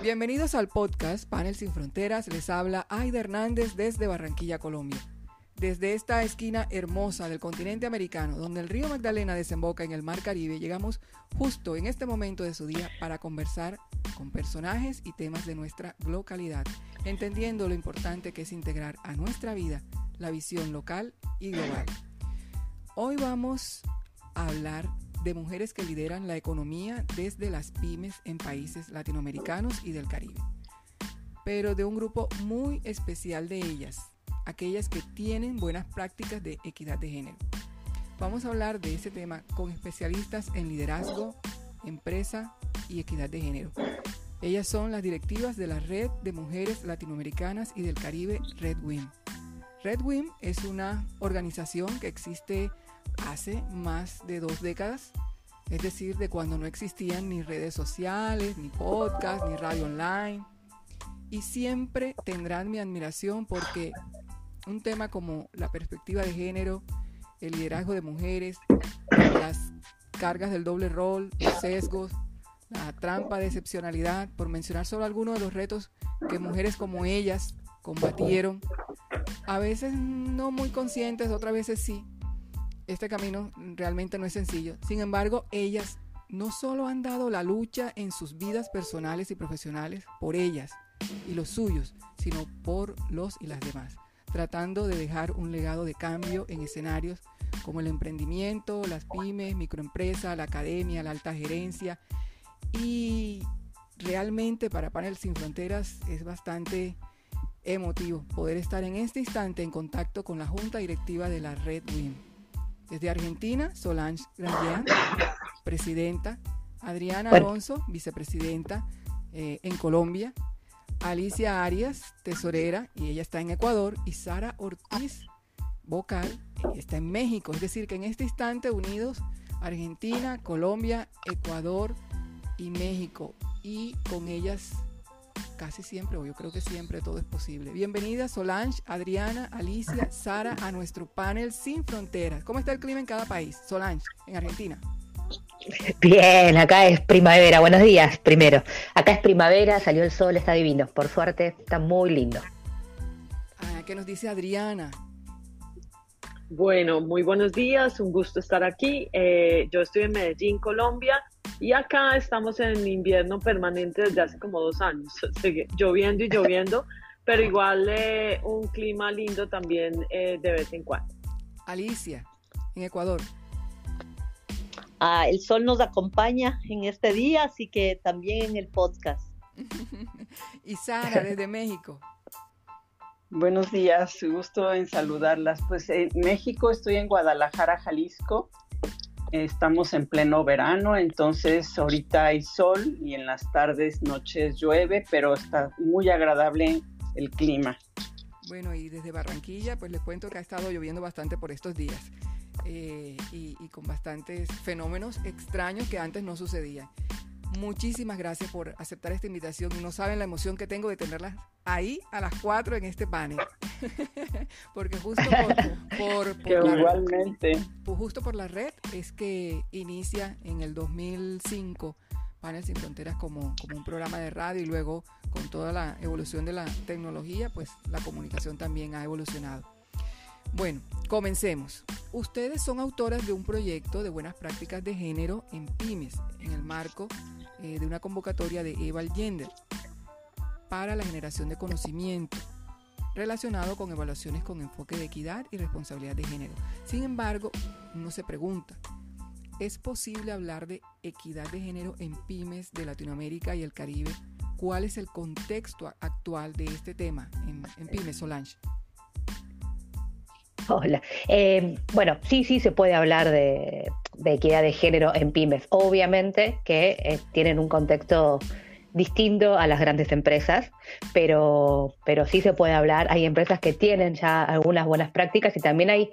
Bienvenidos al podcast Panel Sin Fronteras. Les habla Aida Hernández desde Barranquilla, Colombia. Desde esta esquina hermosa del continente americano, donde el río Magdalena desemboca en el Mar Caribe, llegamos justo en este momento de su día para conversar con personajes y temas de nuestra localidad, entendiendo lo importante que es integrar a nuestra vida la visión local y global. Hoy vamos a hablar de mujeres que lideran la economía desde las pymes en países latinoamericanos y del Caribe, pero de un grupo muy especial de ellas, aquellas que tienen buenas prácticas de equidad de género. Vamos a hablar de ese tema con especialistas en liderazgo, empresa y equidad de género. Ellas son las directivas de la Red de Mujeres Latinoamericanas y del Caribe, Red WIM. Red WIM es una organización que existe hace más de 2 décadas, es decir, de cuando no existían ni redes sociales, ni podcast, ni radio online, y siempre tendrán mi admiración porque un tema como la perspectiva de género, el liderazgo de mujeres, las cargas del doble rol, los sesgos, la trampa de excepcionalidad, por mencionar solo algunos de los retos que mujeres como ellas combatieron, a veces no muy conscientes, otras veces sí. Este camino realmente no es sencillo. Sin embargo, ellas no solo han dado la lucha en sus vidas personales y profesionales por ellas y los suyos, sino por los y las demás, tratando de dejar un legado de cambio en escenarios como el emprendimiento, las pymes, microempresas, la academia, la alta gerencia. Y realmente para Panel Sin Fronteras es bastante emotivo poder estar en este instante en contacto con la junta directiva de la Red WIM. Desde Argentina, Solange Grandjean, presidenta, Adriana Alonso, vicepresidenta en Colombia, Alicia Arias, tesorera, y ella está en Ecuador, y Sara Ortiz, vocal, ella está en México. Es decir, que en este instante unidos Argentina, Colombia, Ecuador y México, y con ellas casi siempre, o yo creo que siempre, todo es posible. Bienvenida Solange, Adriana, Alicia, Sara a nuestro Panel Sin Fronteras. ¿Cómo está el clima en cada país? Solange, en Argentina. Bien, acá es primavera. Buenos días, primero. Acá es primavera, salió el sol, está divino. Por suerte, está muy lindo. ¿Qué nos dice Adriana? Bueno, muy buenos días, un gusto estar aquí. Yo estoy en Medellín, Colombia, y acá estamos en invierno permanente desde hace como 2 años, sigue lloviendo y lloviendo, pero igual un clima lindo también de vez en cuando. Alicia, en Ecuador. El sol nos acompaña en este día, así que también en el podcast. Y Sara, desde México. Buenos días, gusto en saludarlas. Pues en México estoy en Guadalajara, Jalisco. Estamos en pleno verano, entonces ahorita hay sol y en las tardes, noches llueve, pero está muy agradable el clima. Bueno, y desde Barranquilla, pues les cuento que ha estado lloviendo bastante por estos días y con bastantes fenómenos extraños que antes no sucedían. Muchísimas gracias por aceptar esta invitación y no saben la emoción que tengo de tenerlas ahí a las 4 en este panel. Porque justo justo por la red es que inicia en el 2005 Panel Sin Fronteras como un programa de radio, y luego con toda la evolución de la tecnología, pues la comunicación también ha evolucionado. Bueno, comencemos. Ustedes son autoras de un proyecto de buenas prácticas de género en pymes, en el marco de una convocatoria de Eval Gender para la generación de conocimiento relacionado con evaluaciones con enfoque de equidad y responsabilidad de género. Sin embargo, uno se pregunta, ¿es posible hablar de equidad de género en pymes de Latinoamérica y el Caribe? ¿Cuál es el contexto actual de este tema en pymes, Solange? Hola. Bueno, sí se puede hablar de equidad de género en pymes. Obviamente que tienen un contexto distinto a las grandes empresas, pero sí se puede hablar. Hay empresas que tienen ya algunas buenas prácticas y también hay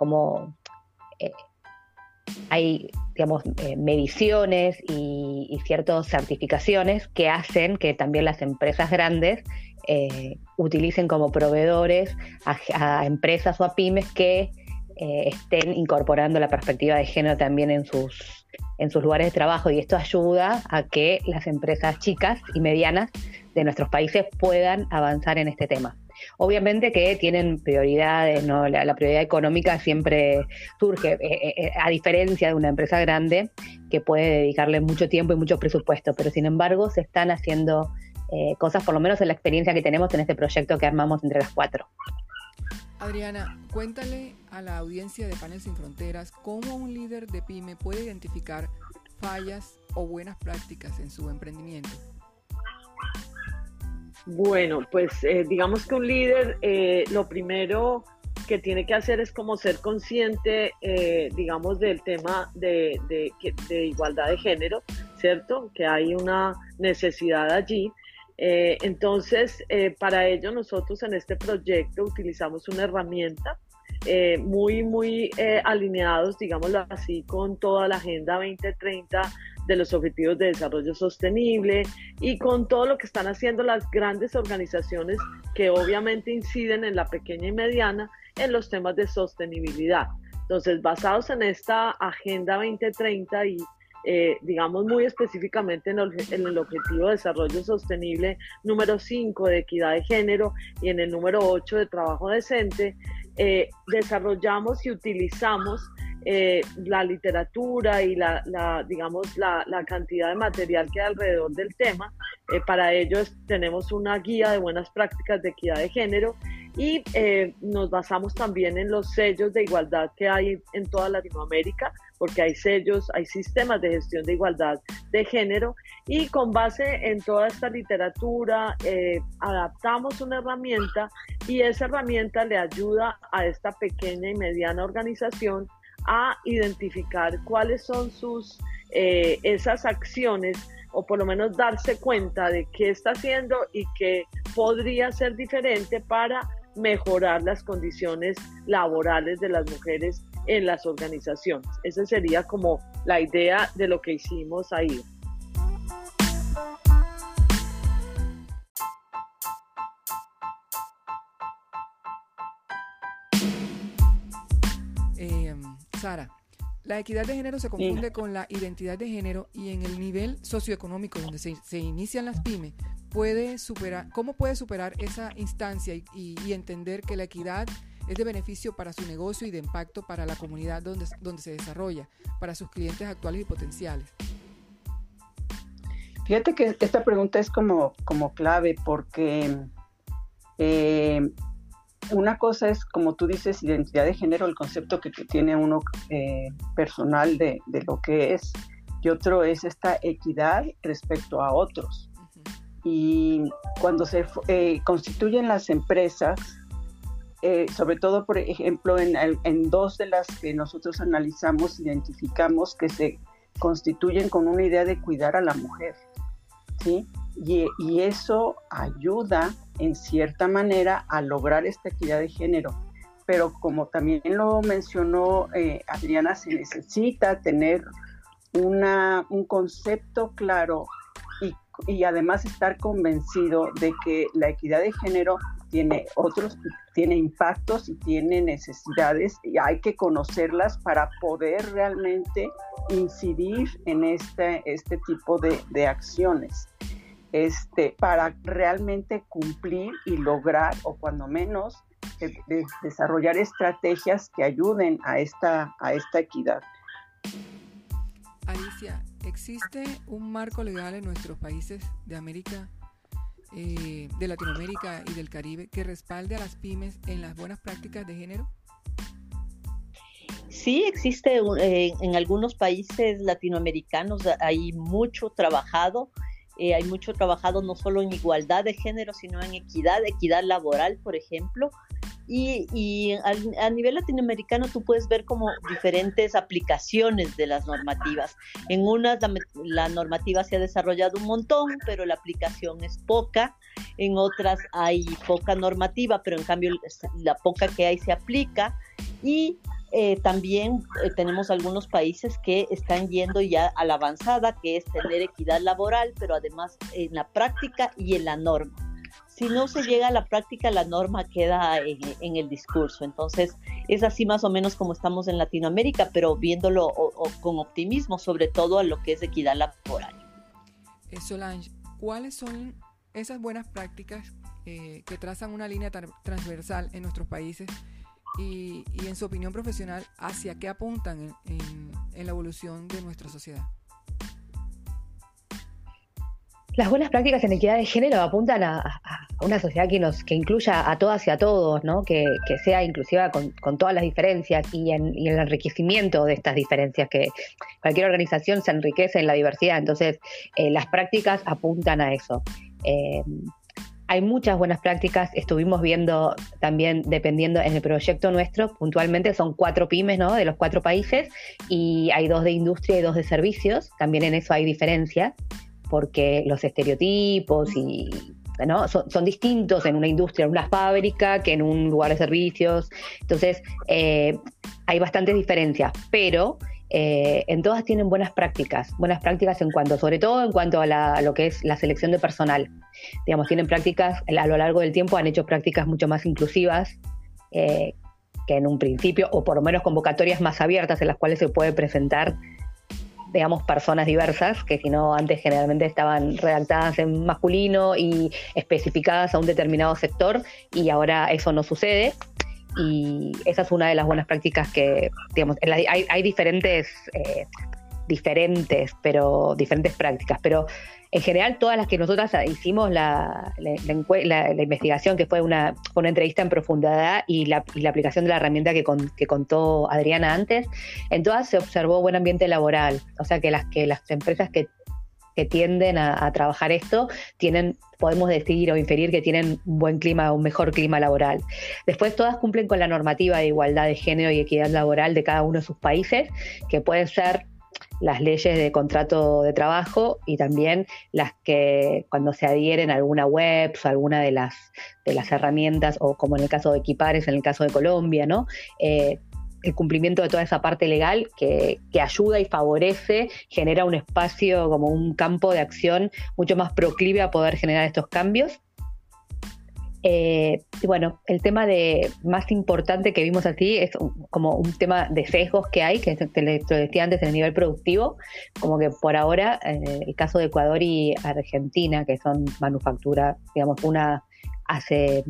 digamos, mediciones y ciertas certificaciones que hacen que también las empresas grandes utilicen como proveedores a empresas o a pymes que estén incorporando la perspectiva de género también en sus lugares de trabajo, y esto ayuda a que las empresas chicas y medianas de nuestros países puedan avanzar en este tema. Obviamente que tienen prioridades, ¿no? La prioridad económica siempre surge, a diferencia de una empresa grande que puede dedicarle mucho tiempo y mucho presupuesto, pero sin embargo se están haciendo cosas, por lo menos en la experiencia que tenemos en este proyecto que armamos entre las 4. Adriana, cuéntale a la audiencia de Panel Sin Fronteras cómo un líder de pyme puede identificar fallas o buenas prácticas en su emprendimiento. Bueno, pues digamos que un líder lo primero que tiene que hacer es como ser consciente, digamos, del tema de igualdad de género, ¿cierto? Que hay una necesidad allí. Entonces, para ello nosotros en este proyecto utilizamos una herramienta muy alineados, digámoslo así, con toda la Agenda 2030 de los Objetivos de Desarrollo Sostenible y con todo lo que están haciendo las grandes organizaciones que obviamente inciden en la pequeña y mediana en los temas de sostenibilidad. Entonces, basados en esta Agenda 2030 y digamos muy específicamente en el Objetivo de Desarrollo Sostenible número 5 de equidad de género y en el número 8 de trabajo decente, desarrollamos y utilizamos la literatura y digamos la cantidad de material que hay alrededor del tema. Para ello tenemos una guía de buenas prácticas de equidad de género y nos basamos también en los sellos de igualdad que hay en toda Latinoamérica, porque hay sellos, hay sistemas de gestión de igualdad de género, y con base en toda esta literatura adaptamos una herramienta, y esa herramienta le ayuda a esta pequeña y mediana organización a identificar cuáles son esas acciones, o por lo menos darse cuenta de qué está haciendo y qué podría ser diferente para mejorar las condiciones laborales de las mujeres en las organizaciones. Esa sería como la idea de lo que hicimos ahí. Sara, la equidad de género se confunde con la identidad de género, y en el nivel socioeconómico donde se inician las pymes, ¿cómo puede superar esa instancia y entender que la equidad es de beneficio para su negocio y de impacto para la comunidad donde se desarrolla, para sus clientes actuales y potenciales? Fíjate que esta pregunta es como clave, porque una cosa es, como tú dices, identidad de género, el concepto que tiene uno personal de lo que es, y otro es esta equidad respecto a otros. Y cuando se constituyen las empresas, sobre todo, por ejemplo, en dos de las que nosotros analizamos, identificamos que se constituyen con una idea de cuidar a la mujer, ¿sí? Y eso ayuda en cierta manera a lograr esta equidad de género. Pero como también lo mencionó Adriana, se necesita tener un concepto claro y además estar convencido de que la equidad de género tiene impactos y tiene necesidades, y hay que conocerlas para poder realmente incidir en este tipo de acciones. Para realmente cumplir y lograr, o cuando menos desarrollar estrategias que ayuden a esta equidad. Alicia, ¿existe un marco legal en nuestros países de América, de Latinoamérica y del Caribe, que respalde a las pymes en las buenas prácticas de género? Sí, existe en algunos países latinoamericanos, hay mucho trabajado. Hay mucho trabajado no solo en igualdad de género, sino en equidad laboral, por ejemplo. Y a nivel latinoamericano tú puedes ver como diferentes aplicaciones de las normativas. En unas la normativa se ha desarrollado un montón, pero la aplicación es poca. En otras hay poca normativa, pero en cambio la poca que hay se aplica. Y también tenemos algunos países que están yendo ya a la avanzada, que es tener equidad laboral, pero además en la práctica y en la norma. si no se llega a la práctica, la norma queda en el discurso. Entonces, es así más o menos como estamos en Latinoamérica, pero viéndolo con optimismo, sobre todo a lo que es equidad laboral. Solange, ¿cuáles son esas buenas prácticas que trazan una línea transversal en nuestros países y en su opinión profesional, hacia qué apuntan en la evolución de nuestra sociedad? Las buenas prácticas en equidad de género apuntan a una sociedad que incluya a todas y a todos, ¿no? Que sea inclusiva con todas las diferencias y en el enriquecimiento de estas diferencias, que cualquier organización se enriquece en la diversidad. Entonces, las prácticas apuntan a eso. Hay muchas buenas prácticas. Estuvimos viendo también, dependiendo en el proyecto nuestro, puntualmente son 4 pymes, ¿no? De los 4 países, y hay 2 de industria y 2 de servicios. También en eso hay diferencia, porque los estereotipos ¿no? son distintos en una industria, en una fábrica, que en un lugar de servicios. Entonces, hay bastantes diferencias, pero en todas tienen buenas prácticas sobre todo en cuanto a lo que es la selección de personal. Digamos, tienen prácticas, a lo largo del tiempo han hecho prácticas mucho más inclusivas que en un principio, o por lo menos convocatorias más abiertas en las cuales se puede presentar, digamos, personas diversas, que si no antes generalmente estaban redactadas en masculino y especificadas a un determinado sector, y ahora eso no sucede. Y esa es una de las buenas prácticas que, digamos, hay diferentes prácticas, pero en general todas las que nosotras hicimos la investigación, que fue una entrevista en profundidad, y la aplicación de la herramienta que contó Adriana antes, en todas se observó buen ambiente laboral. O sea que las empresas que tienden a trabajar esto podemos decir o inferir que tienen un mejor clima laboral. Después, todas cumplen con la normativa de igualdad de género y equidad laboral de cada uno de sus países, que pueden ser las leyes de contrato de trabajo, y también las que cuando se adhieren a alguna web o alguna de las herramientas, o como en el caso de Equipares, en el caso de Colombia, ¿no? El cumplimiento de toda esa parte legal que ayuda y favorece, genera un espacio, como un campo de acción mucho más proclive a poder generar estos cambios. Y bueno, el tema más importante que vimos así es como un tema de sesgos que hay, que te lo decía antes, en el nivel productivo, como que por ahora, el caso de Ecuador y Argentina, que son manufactura, digamos, una hace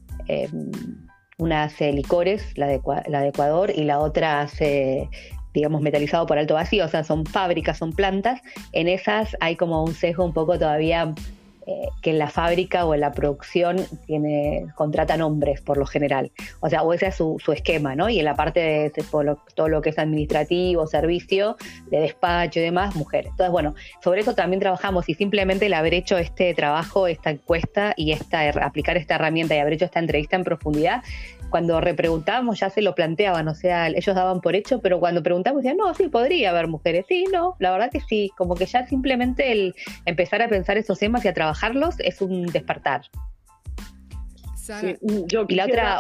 licores, la de Ecuador, y la otra hace, digamos, metalizado por alto vacío, o sea, son fábricas, son plantas. En esas hay como un sesgo un poco todavía, que en la fábrica o en la producción contratan hombres por lo general, o sea, o ese es su esquema, ¿no? Y en la parte de todo lo que es administrativo, servicio, de despacho y demás, mujeres. Entonces, bueno, sobre eso también trabajamos, y simplemente el haber hecho este trabajo, esta encuesta y aplicar esta herramienta y haber hecho esta entrevista en profundidad, cuando repreguntábamos ya se lo planteaban, o sea, ellos daban por hecho, pero cuando preguntamos decían, no, sí, podría haber mujeres. Sí, no, la verdad que sí, como que ya simplemente el empezar a pensar esos temas y a trabajarlos es un despertar. Sí, y la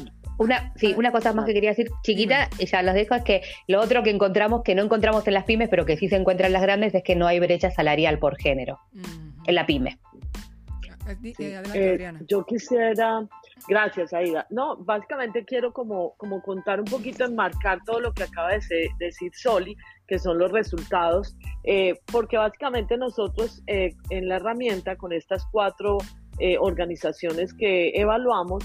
una cosa más que quería decir, chiquita, y ya los dejo, es que lo otro que no encontramos en las pymes, pero que sí se encuentra en las grandes, es que no hay brecha salarial por género en la pyme. Adelante, Adriana. Yo quisiera, gracias, Aida. No, básicamente quiero como contar un poquito, enmarcar todo lo que acaba de decir Soli, que son los resultados, porque básicamente nosotros en la herramienta, con estas 4 organizaciones que evaluamos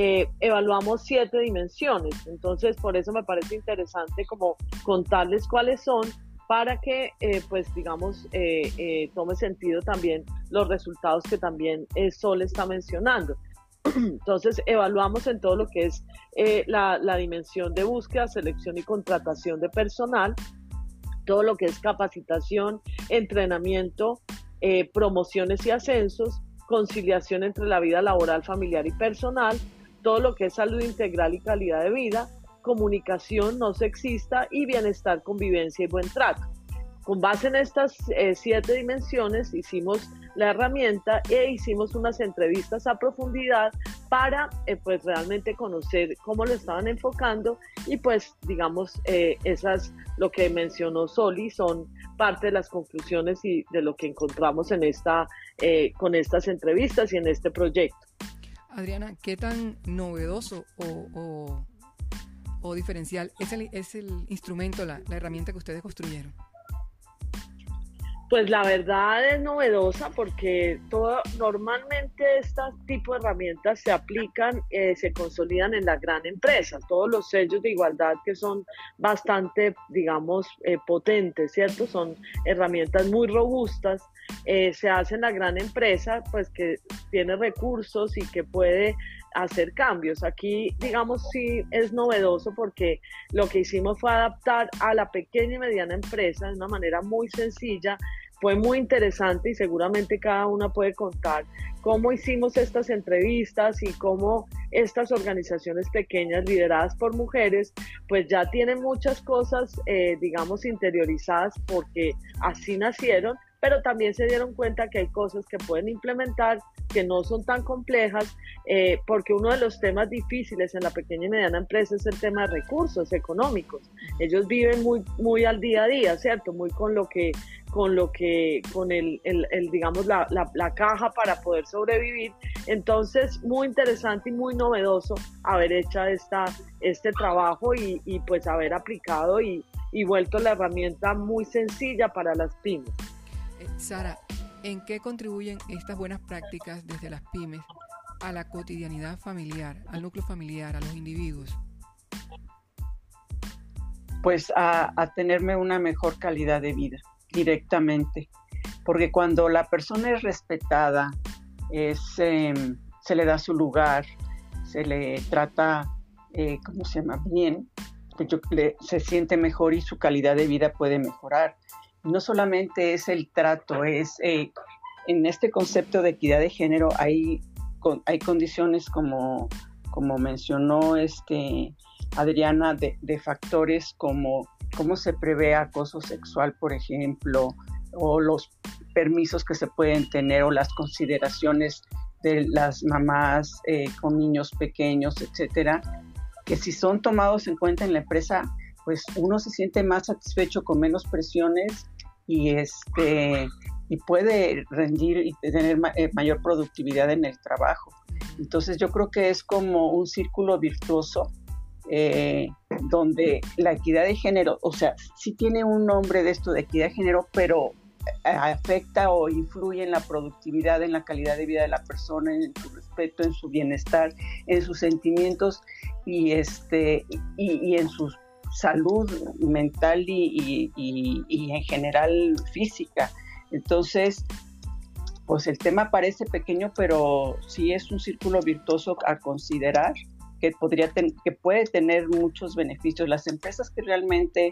7 dimensiones. Entonces, por eso me parece interesante como contarles cuáles son, para que, pues digamos, tome sentido también los resultados que también Sol está mencionando. Entonces, evaluamos en todo lo que es la dimensión de búsqueda, selección y contratación de personal, todo lo que es capacitación, entrenamiento, promociones y ascensos, conciliación entre la vida laboral, familiar y personal, todo lo que es salud integral y calidad de vida, comunicación no sexista y bienestar, convivencia y buen trato. Con base en estas 7 dimensiones hicimos la herramienta e hicimos unas entrevistas a profundidad para pues realmente conocer cómo lo estaban enfocando y pues digamos esas, lo que mencionó Soli, son parte de las conclusiones y de lo que encontramos en con estas entrevistas y en este proyecto. Adriana, ¿qué tan novedoso o diferencial es el instrumento, la herramienta que ustedes construyeron? Pues la verdad es novedosa porque normalmente este tipo de herramientas se aplican, se consolidan en la gran empresa. Todos los sellos de igualdad que son bastante, digamos, potentes, ¿cierto? Son herramientas muy robustas. Se hace en la gran empresa, pues que tiene recursos y que puede hacer cambios. Aquí, digamos, sí es novedoso porque lo que hicimos fue adaptar a la pequeña y mediana empresa de una manera muy sencilla. Fue muy interesante y seguramente cada una puede contar cómo hicimos estas entrevistas y cómo estas organizaciones pequeñas lideradas por mujeres pues ya tienen muchas cosas, digamos, interiorizadas porque así nacieron, pero también se dieron cuenta que hay cosas que pueden implementar que no son tan complejas, porque uno de los temas difíciles en la pequeña y mediana empresa es el tema de recursos económicos. Ellos viven muy al día a día, ¿cierto? Muy con el digamos, la caja para poder sobrevivir. Entonces, muy interesante y muy novedoso haber hecho este trabajo y pues haber aplicado y vuelto la herramienta muy sencilla para las pymes. Sara, ¿en qué contribuyen estas buenas prácticas desde las pymes a la cotidianidad familiar, al núcleo familiar, a los individuos? Pues a tenerme una mejor calidad de vida directamente, porque cuando la persona es respetada, se le da su lugar, se le trata, bien, se siente mejor y su calidad de vida puede mejorar. No solamente es el trato, en este concepto de equidad de género hay condiciones como mencionó Adriana, de factores como cómo se prevé acoso sexual, por ejemplo, o los permisos que se pueden tener o las consideraciones de las mamás con niños pequeños, etcétera, que si son tomados en cuenta en la empresa, pues uno se siente más satisfecho con menos presiones y puede rendir y tener mayor productividad en el trabajo. Entonces yo creo que es como un círculo virtuoso donde la equidad de género, o sea, sí tiene un nombre de esto de equidad de género, pero afecta o influye en la productividad, en la calidad de vida de la persona, en su respeto, en su bienestar, en sus sentimientos y en su salud mental y en general física. Entonces, pues el tema parece pequeño, pero sí es un círculo virtuoso a considerar que puede tener muchos beneficios. Las empresas que realmente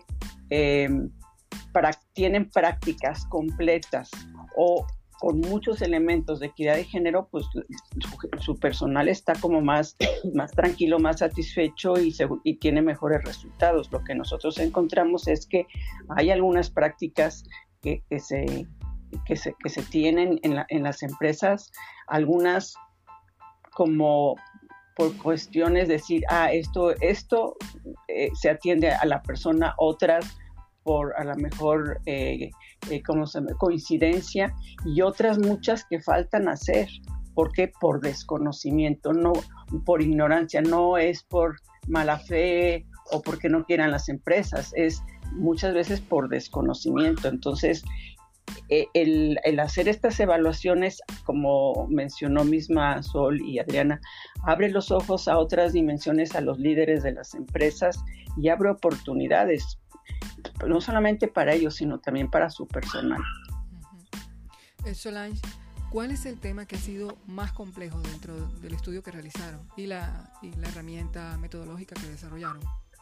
tienen prácticas completas o con muchos elementos de equidad de género, pues su personal está como más tranquilo, más satisfecho y tiene mejores resultados. Lo que nosotros encontramos es que hay algunas prácticas que se tienen en las empresas, algunas como por cuestiones de decir, esto se atiende a la persona, otras por a lo mejor coincidencia y otras muchas que faltan hacer. ¿Por qué? Por desconocimiento, no por ignorancia, no es por mala fe o porque no quieran las empresas, es muchas veces por desconocimiento. Entonces, el hacer estas evaluaciones, como mencionó misma Sol y Adriana, abre los ojos a otras dimensiones a los líderes de las empresas y abre oportunidades, no solamente para ellos, sino también para su personal. Solange, ¿cuál es el tema que ha sido más complejo dentro del estudio que realizaron y la herramienta metodológica que desarrollaron?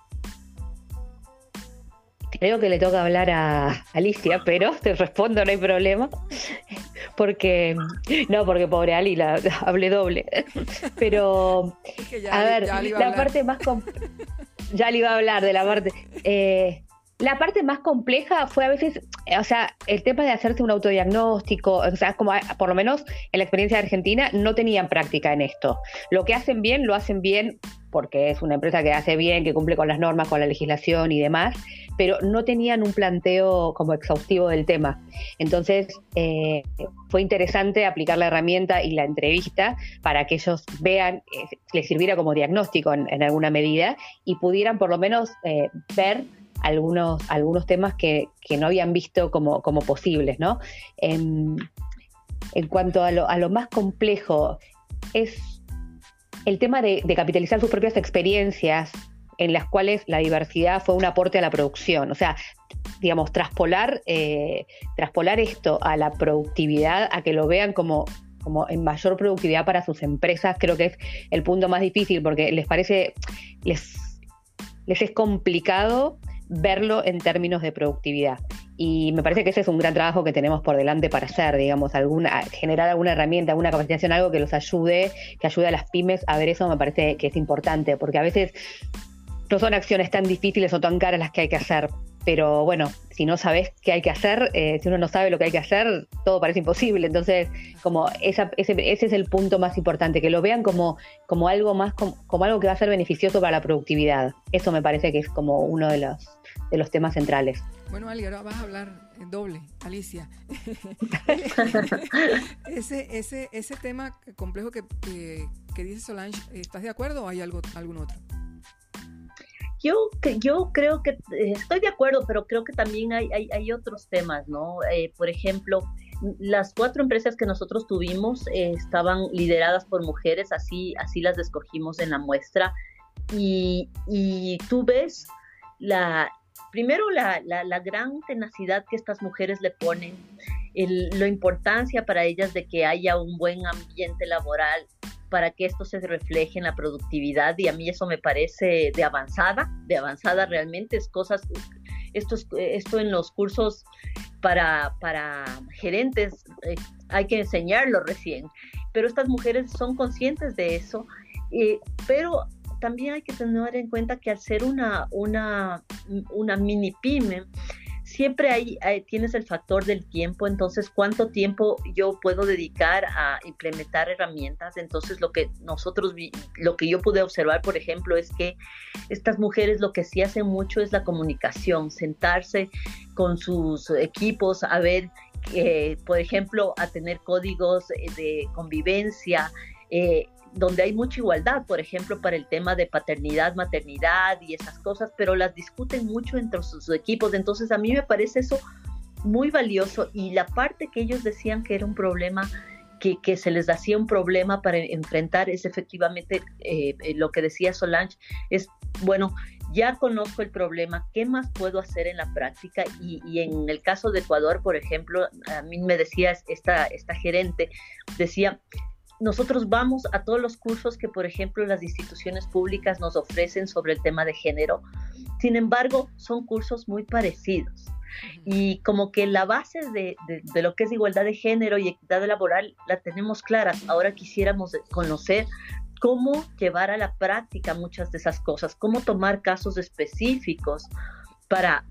Creo que le toca hablar a Alicia, pero te respondo, no hay problema. Porque pobre Ali, hablé doble. Pero, es que a ver, la parte más ya le iba a hablar de la parte. La parte más compleja fue a veces, o sea, el tema de hacerse un autodiagnóstico, o sea, como por lo menos en la experiencia de Argentina no tenían práctica en esto. Lo que hacen bien, lo hacen bien porque es una empresa que hace bien, que cumple con las normas, con la legislación y demás, pero no tenían un planteo como exhaustivo del tema. Entonces, fue interesante aplicar la herramienta y la entrevista para que ellos vean, les sirviera como diagnóstico en alguna medida y pudieran por lo menos ver algunos temas que no habían visto como posibles, ¿no? En cuanto a lo más complejo, es el tema de capitalizar sus propias experiencias en las cuales la diversidad fue un aporte a la producción. O sea, digamos, traspolar esto a la productividad, a que lo vean como en mayor productividad para sus empresas, creo que es el punto más difícil, porque les es complicado verlo en términos de productividad. Y me parece que ese es un gran trabajo que tenemos por delante para hacer, digamos, generar alguna herramienta, alguna capacitación, algo que los ayude, que ayude a las pymes a ver eso. Me parece que es importante, porque a veces no son acciones tan difíciles o tan caras las que hay que hacer, pero bueno, si no sabes qué hay que hacer, si uno no sabe lo que hay que hacer, todo parece imposible. Entonces, como ese es el punto más importante, que lo vean como algo más, como algo que va a ser beneficioso para la productividad. Eso me parece que es como uno de los temas centrales. Bueno, Ali, ahora vas a hablar en doble, Alicia. ese tema complejo que dice Solange, ¿estás de acuerdo o hay algún otro? Yo creo que estoy de acuerdo, pero creo que también hay otros temas, ¿no? Por ejemplo, las 4 empresas que nosotros tuvimos estaban lideradas por mujeres, así las escogimos en la muestra, y tú ves primero la gran tenacidad que estas mujeres le ponen, la importancia para ellas de que haya un buen ambiente laboral, para que esto se refleje en la productividad, y a mí eso me parece de avanzada realmente. Esto en los cursos para gerentes hay que enseñarlo recién, pero estas mujeres son conscientes de eso, pero también hay que tener en cuenta que al ser una mini pyme, siempre tienes el factor del tiempo. Entonces, ¿cuánto tiempo yo puedo dedicar a implementar herramientas? Entonces, lo que yo pude observar, por ejemplo, es que estas mujeres lo que sí hacen mucho es la comunicación, sentarse con sus equipos a ver, por ejemplo, a tener códigos de convivencia, donde hay mucha igualdad, por ejemplo, para el tema de paternidad, maternidad y esas cosas, pero las discuten mucho entre sus equipos. Entonces, a mí me parece eso muy valioso, y la parte que ellos decían que era un problema, que se les hacía un problema para enfrentar, es efectivamente lo que decía Solange, es, bueno, ya conozco el problema, ¿qué más puedo hacer en la práctica? Y en el caso de Ecuador, por ejemplo, a mí me decía esta gerente, decía, nosotros vamos a todos los cursos que, por ejemplo, las instituciones públicas nos ofrecen sobre el tema de género. Sin embargo, son cursos muy parecidos. Y como que la base de lo que es igualdad de género y equidad laboral la tenemos claras. Ahora quisiéramos conocer cómo llevar a la práctica muchas de esas cosas, cómo tomar casos específicos para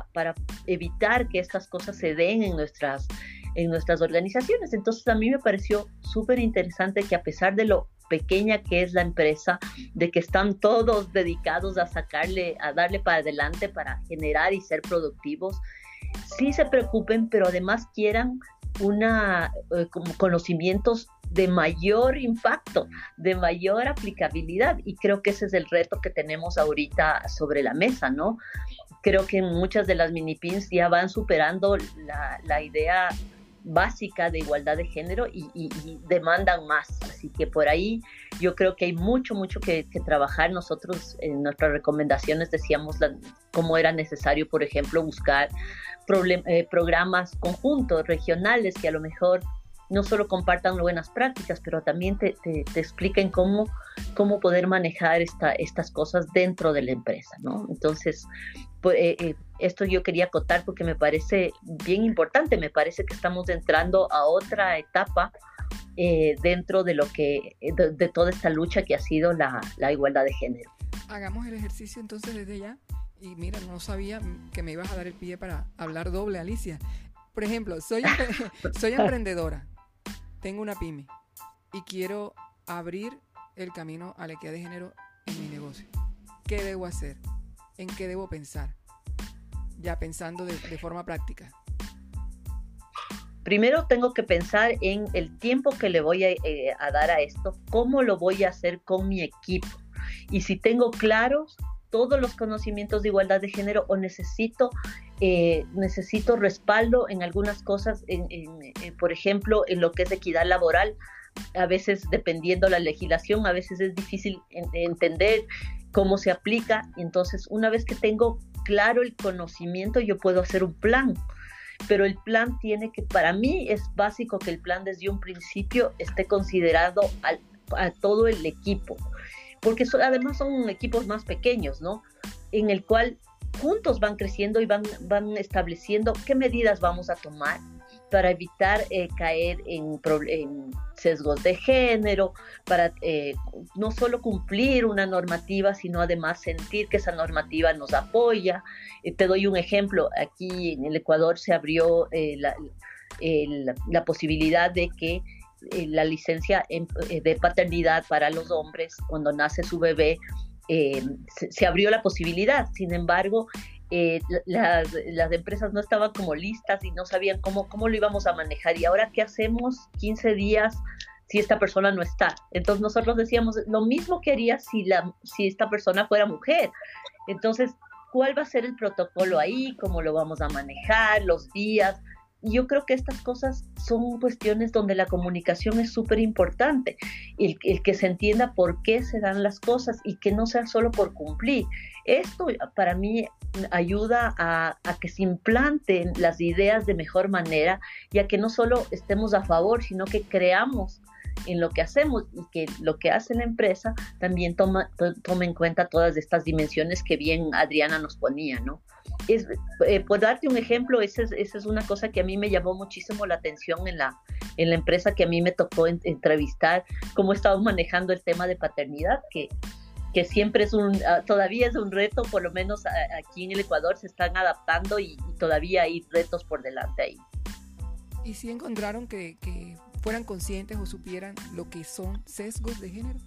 evitar que estas cosas se den en nuestras organizaciones. Entonces, a mí me pareció súper interesante que, a pesar de lo pequeña que es la empresa, de que están todos dedicados a darle para adelante para generar y ser productivos, sí se preocupen, pero además quieran como conocimientos de mayor impacto, de mayor aplicabilidad, y creo que ese es el reto que tenemos ahorita sobre la mesa, ¿no? Creo que muchas de las mini pins ya van superando la idea básica de igualdad de género y demandan más, así que por ahí yo creo que hay mucho que trabajar. Nosotros en nuestras recomendaciones decíamos cómo era necesario, por ejemplo, buscar programas conjuntos, regionales, que a lo mejor no solo compartan buenas prácticas, pero también te expliquen cómo poder manejar estas cosas dentro de la empresa, ¿no? Entonces, esto yo quería acotar porque me parece bien importante. Me parece que estamos entrando a otra etapa dentro de toda esta lucha que ha sido la igualdad de género. Hagamos el ejercicio entonces desde ya Y mira, no sabía que me ibas a dar el pie para hablar doble, Alicia. Por ejemplo, soy emprendedora, tengo una pyme y quiero abrir el camino a la equidad de género en mi negocio. ¿Qué debo hacer? ¿En qué debo pensar? Ya pensando de forma práctica. Primero tengo que pensar en el tiempo que le voy a dar a esto, cómo lo voy a hacer con mi equipo. Y si tengo claros todos los conocimientos de igualdad de género o necesito respaldo en algunas cosas, por ejemplo, en lo que es equidad laboral. A veces, dependiendo la legislación, a veces es difícil entender cómo se aplica. Entonces, una vez que tengo claro el conocimiento, yo puedo hacer un plan. Pero el plan tiene que, para mí es básico que el plan desde un principio esté considerado a todo el equipo, porque además son equipos más pequeños, ¿no? En el cual juntos van creciendo y van estableciendo qué medidas vamos a tomar para evitar caer en sesgos de género, para no solo cumplir una normativa, sino además sentir que esa normativa nos apoya. Te doy un ejemplo. Aquí en el Ecuador se abrió la posibilidad de que la licencia de paternidad para los hombres cuando nace su bebé, se abrió la posibilidad. Sin embargo, las empresas no estaban como listas y no sabían cómo lo íbamos a manejar. ¿Y ahora qué hacemos 15 días si esta persona no está? Entonces nosotros decíamos lo mismo que haría si esta persona fuera mujer. Entonces, ¿cuál va a ser el protocolo ahí? ¿Cómo lo vamos a manejar? Los días. Yo creo que estas cosas son cuestiones donde la comunicación es súper importante, el que se entienda por qué se dan las cosas y que no sea solo por cumplir. Esto para mí ayuda a que se implanten las ideas de mejor manera y a que no solo estemos a favor, sino que creamos en lo que hacemos y que lo que hace la empresa también tome en cuenta todas estas dimensiones que bien Adriana nos ponía, ¿no? Por darte un ejemplo, esa es una cosa que a mí me llamó muchísimo la atención en la empresa que a mí me tocó entrevistar, cómo estaban manejando el tema de paternidad, que siempre todavía es un reto, por lo menos aquí en el Ecuador se están adaptando y todavía hay retos por delante ahí. ¿Y si encontraron que fueran conscientes o supieran lo que son sesgos de género?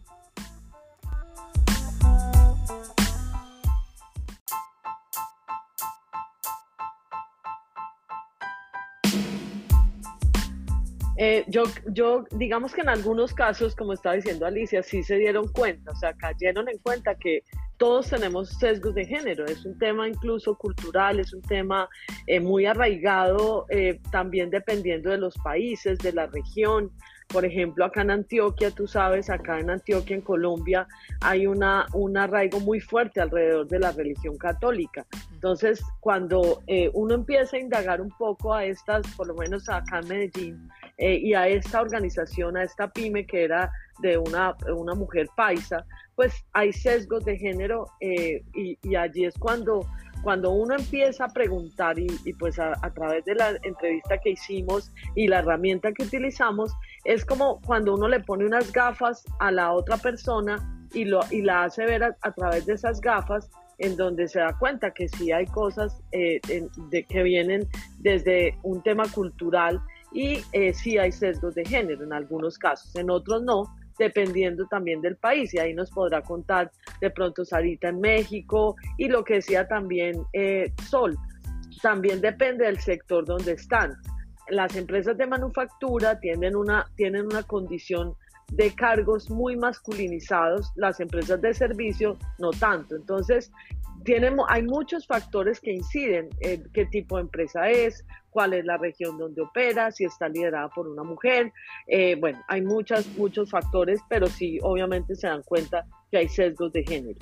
Yo digamos que en algunos casos, como estaba diciendo Alicia, sí se dieron cuenta, o sea, cayeron en cuenta que todos tenemos sesgos de género. Es un tema incluso cultural, es un tema muy arraigado, también dependiendo de los países, de la región. Por ejemplo, acá en Antioquia, tú sabes, acá en Antioquia, en Colombia, hay un arraigo muy fuerte alrededor de la religión católica. Entonces, cuando uno empieza a indagar un poco a estas, por lo menos acá en Medellín, y a esta organización, a esta pyme que era de una mujer paisa, pues hay sesgos de género, y allí es cuando uno empieza a preguntar y pues a través de la entrevista que hicimos y la herramienta que utilizamos, es como cuando uno le pone unas gafas a la otra persona y la hace ver a través de esas gafas, en donde se da cuenta que sí hay cosas que vienen desde un tema cultural y sí hay sesgos de género en algunos casos, en otros no, dependiendo también del país, y ahí nos podrá contar de pronto Sarita en México, y lo que decía también Sol, también depende del sector donde están. Las empresas de manufactura tienen una condición de cargos muy masculinizados, las empresas de servicio no tanto. Entonces, hay muchos factores que inciden en qué tipo de empresa es, cuál es la región donde opera, si está liderada por una mujer. Bueno, hay muchos factores, pero sí, obviamente se dan cuenta que hay sesgos de género.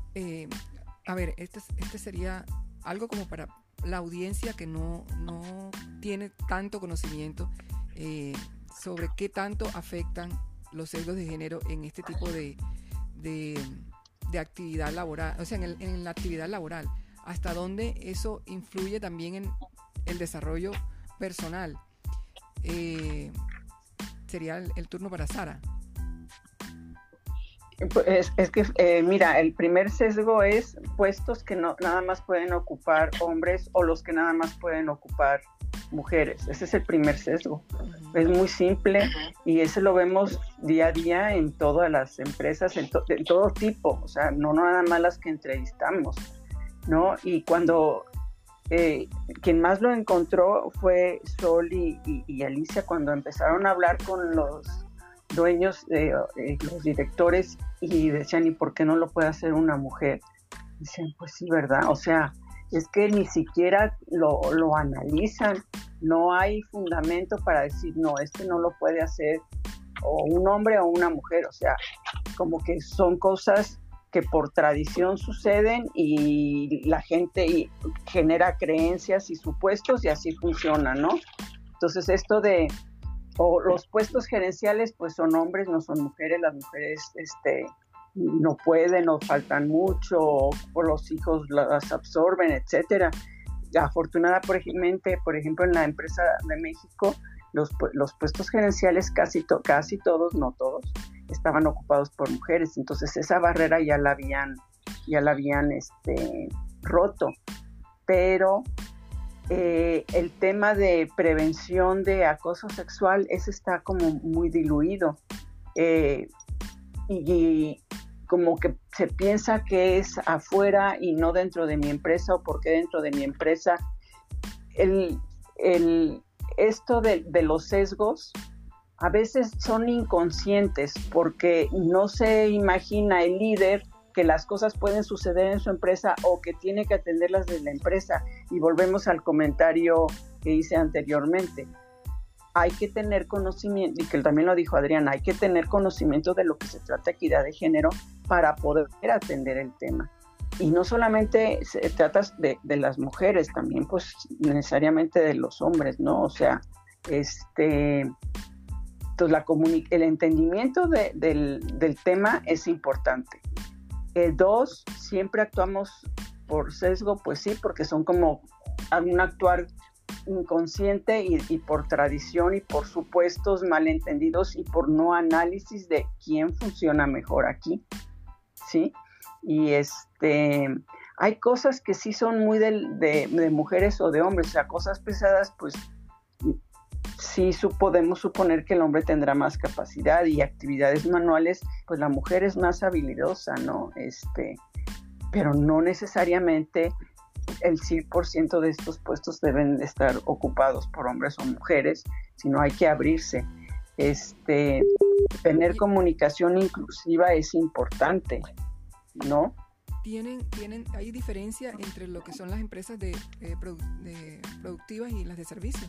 A ver, este sería algo como para la audiencia que no tiene tanto conocimiento sobre qué tanto afectan los sesgos de género en este tipo de actividad laboral, o sea, en la actividad laboral, hasta dónde eso influye también en el desarrollo personal. Sería el turno para Sara. Es que, mira, el primer sesgo es puestos que no nada más pueden ocupar hombres o los que nada más pueden ocupar mujeres. Ese es el primer sesgo. Es muy simple y eso lo vemos día a día en todas las empresas, de todo tipo, o sea, no nada más las que entrevistamos, ¿no? Y cuando quien más lo encontró fue Sol y Alicia cuando empezaron a hablar con los dueños, los directores, y decían, ¿y por qué no lo puede hacer una mujer? Dicen, pues sí, ¿verdad? O sea, es que ni siquiera lo analizan, no hay fundamento para decir, no, no lo puede hacer o un hombre o una mujer, o sea, como que son cosas que por tradición suceden y la gente genera creencias y supuestos y así funciona, ¿no? Entonces esto o los puestos gerenciales pues son hombres, no son mujeres, las mujeres no pueden o faltan mucho o los hijos las absorben, etcétera. Afortunadamente, por ejemplo, en la empresa de México, los puestos gerenciales casi todos, no todos, estaban ocupados por mujeres, entonces esa barrera ya la habían roto, pero el tema de prevención de acoso sexual, ese está como muy diluido, y como que se piensa que es afuera y no dentro de mi empresa, o porque dentro de mi empresa. Esto de los sesgos a veces son inconscientes porque no se imagina el líder que las cosas pueden suceder en su empresa o que tiene que atenderlas de la empresa. Y volvemos al comentario que hice anteriormente. Hay que tener conocimiento, y que también lo dijo Adriana, hay que tener conocimiento de lo que se trata de equidad de género para poder atender el tema. Y no solamente se trata de las mujeres, también pues necesariamente de los hombres, ¿no? O sea, entonces el entendimiento del tema es importante. Dos, siempre actuamos por sesgo, pues sí, porque son como un actuar inconsciente y por tradición y por supuestos malentendidos y por no análisis de quién funciona mejor aquí, ¿sí? Y hay cosas que sí son muy de mujeres o de hombres, o sea, cosas pesadas, pues sí podemos suponer que el hombre tendrá más capacidad, y actividades manuales, pues la mujer es más habilidosa, ¿no? Pero no necesariamente el 100% de estos puestos deben de estar ocupados por hombres o mujeres, sino hay que abrirse. Tener comunicación inclusiva es importante, ¿no? ¿Hay diferencia entre lo que son las empresas productivas y las de servicio?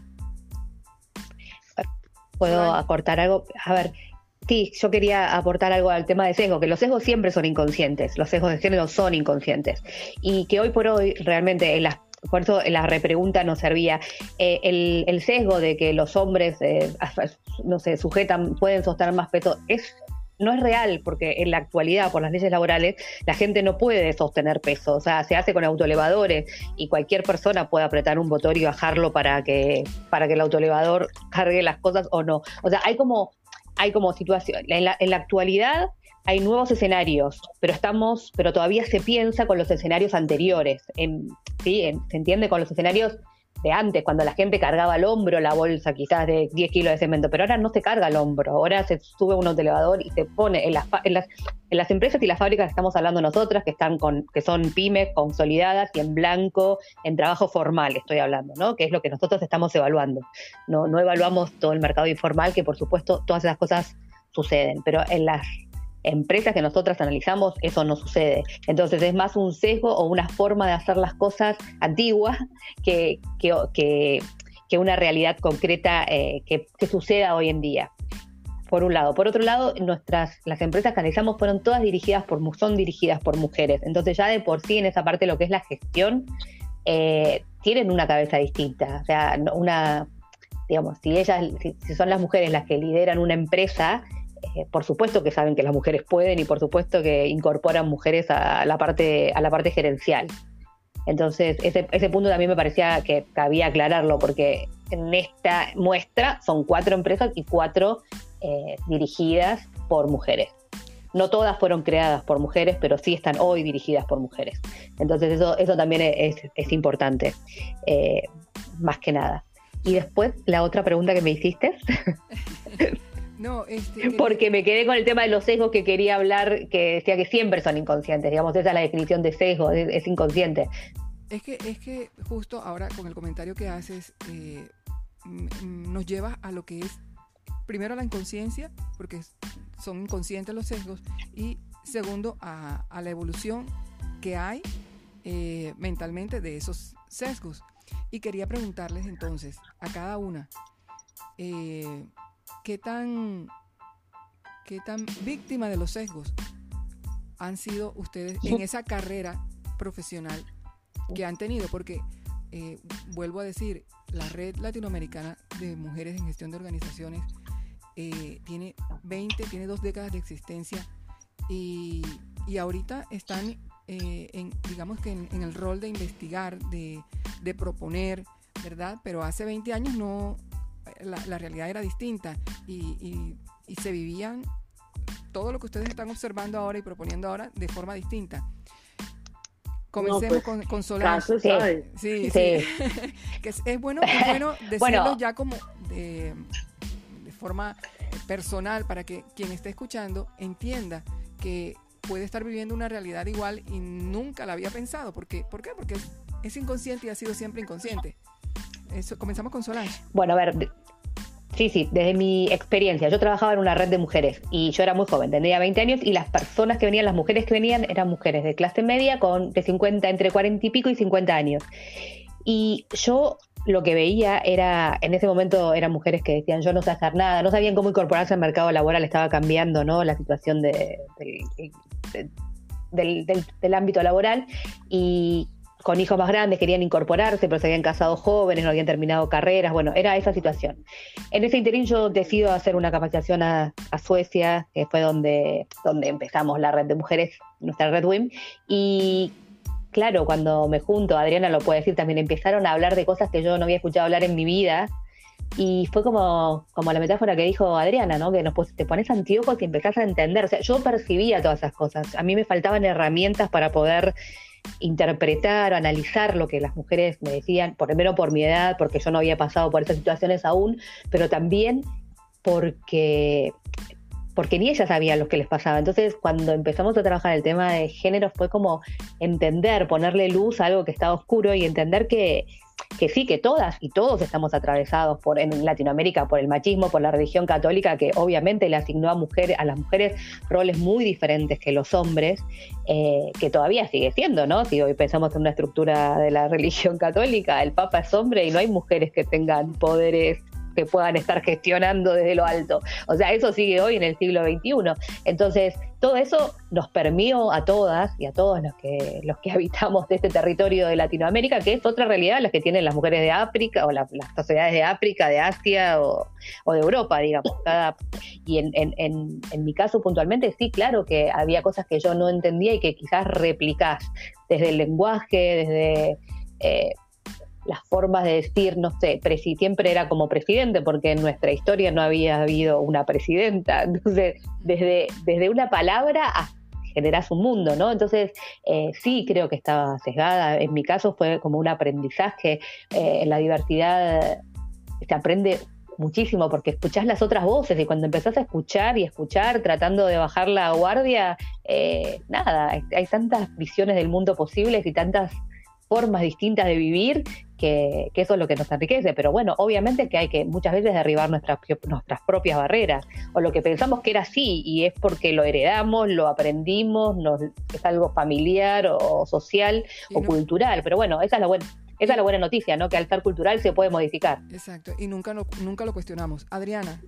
¿Puedo aportar algo? A ver, sí, yo quería aportar algo al tema de sesgo, que los sesgos siempre son inconscientes, los sesgos de género son inconscientes, y que hoy por hoy realmente por eso la repregunta nos servía. El sesgo de que los hombres no se pueden sostener más peso no es real, porque en la actualidad, por las leyes laborales, la gente no puede sostener peso. O sea, se hace con autoelevadores y cualquier persona puede apretar un botón y bajarlo para que el autoelevador cargue las cosas o no. O sea, hay como situación. En la actualidad hay nuevos escenarios, pero todavía se piensa con los escenarios anteriores. ¿Se entiende? Con los escenarios de antes, cuando la gente cargaba al hombro la bolsa quizás de 10 kilos de cemento, pero ahora no se carga al hombro, ahora se sube un autoelevador y se pone en las empresas y las fábricas que estamos hablando nosotras, que son pymes consolidadas y en blanco, en trabajo formal estoy hablando, ¿no? Que es lo que nosotros estamos evaluando. No evaluamos todo el mercado informal, que por supuesto todas esas cosas suceden, pero en las empresas que nosotras analizamos eso no sucede. Entonces es más un sesgo o una forma de hacer las cosas antigua que una realidad concreta que suceda hoy en día, por un lado. Por otro lado, las empresas que analizamos son dirigidas por mujeres. Entonces ya de por sí en esa parte lo que es la gestión tienen una cabeza distinta. O sea, digamos, si son las mujeres las que lideran una empresa, por supuesto que saben que las mujeres pueden y por supuesto que incorporan mujeres a la parte gerencial. Entonces ese punto también me parecía que cabía aclararlo, porque en esta muestra son 4 empresas y 4 dirigidas por mujeres. No todas fueron creadas por mujeres, pero sí están hoy dirigidas por mujeres. Entonces eso también es importante, más que nada. Y después, la otra pregunta que me hiciste. No, porque me quedé con el tema de los sesgos que quería hablar, que decía que siempre son inconscientes, digamos, esa es la definición de sesgo, es inconsciente. Es que justo ahora con el comentario que haces nos lleva a lo que es primero la inconsciencia, porque son inconscientes los sesgos, y segundo a la evolución que hay mentalmente de esos sesgos. Y quería preguntarles entonces a cada una, ¿qué tan víctima de los sesgos han sido ustedes en esa carrera profesional que han tenido? Porque vuelvo a decir, la Red Latinoamericana de Mujeres en Gestión de Organizaciones tiene 2 décadas de existencia y ahorita están digamos que en el rol de investigar, de proponer, ¿verdad? Pero hace 20 años no, la realidad era distinta y se vivían todo lo que ustedes están observando ahora y proponiendo ahora de forma distinta. Comencemos con Solange. Sí. Que es bueno decirlo ya como de forma personal para que quien esté escuchando entienda que puede estar viviendo una realidad igual y nunca la había pensado. ¿Por qué? Porque es inconsciente y ha sido siempre inconsciente. Comenzamos con Solange. Bueno, a ver, sí, desde mi experiencia, yo trabajaba en una red de mujeres y yo era muy joven, tenía 20 años y las mujeres que venían eran mujeres de clase media de 50, entre 40 y pico y 50 años. Y yo lo que veía era, en ese momento eran mujeres que decían yo no sé hacer nada, no sabían cómo incorporarse al mercado laboral, estaba cambiando, ¿no?, la situación del ámbito laboral, y con hijos más grandes querían incorporarse, pero se habían casado jóvenes, no habían terminado carreras, bueno, era esa situación. En ese interín yo decido hacer una capacitación a Suecia, que fue donde empezamos la red de mujeres, nuestra Red WIM, y claro, cuando me junto, Adriana lo puede decir también, empezaron a hablar de cosas que yo no había escuchado hablar en mi vida, y fue como la metáfora que dijo Adriana, ¿no?, que te pones anteojos y empezás a entender. O sea, yo percibía todas esas cosas, a mí me faltaban herramientas para poder interpretar o analizar lo que las mujeres me decían, primero por mi edad, porque yo no había pasado por esas situaciones aún, pero también porque ni ellas sabían lo que les pasaba. Entonces, cuando empezamos a trabajar el tema de género, fue como entender, ponerle luz a algo que estaba oscuro y entender que sí, que todas y todos estamos atravesados en Latinoamérica por el machismo, por la religión católica, que obviamente le asignó a las mujeres roles muy diferentes que los hombres, que todavía sigue siendo, ¿no? Si hoy pensamos en una estructura de la religión católica, el Papa es hombre y no hay mujeres que tengan poderes que puedan estar gestionando desde lo alto. O sea, eso sigue hoy en el siglo XXI. Entonces, todo eso nos permeó a todas y a todos los que habitamos de este territorio de Latinoamérica, que es otra realidad la que tienen las mujeres de África, o las sociedades de África, de Asia o de Europa, digamos. Y en mi caso puntualmente, sí, claro que había cosas que yo no entendía y que quizás replicás desde el lenguaje, desde las formas de decir, no sé, siempre era como presidente, porque en nuestra historia no había habido una presidenta. Entonces, desde una palabra generás un mundo, ¿no? Entonces, sí creo que estaba sesgada. En mi caso fue como un aprendizaje. En la diversidad se aprende muchísimo porque escuchás las otras voces, y cuando empezás a escuchar tratando de bajar la guardia, hay tantas visiones del mundo posibles y tantas formas distintas de vivir que eso es lo que nos enriquece. Pero bueno, obviamente que hay que muchas veces derribar nuestras propias barreras, o lo que pensamos que era así, y es porque lo heredamos, lo aprendimos, es algo familiar o social o cultural. Pero bueno, esa es la buena noticia, ¿no?, que al ser cultural se puede modificar. Exacto, y nunca lo cuestionamos. Adriana.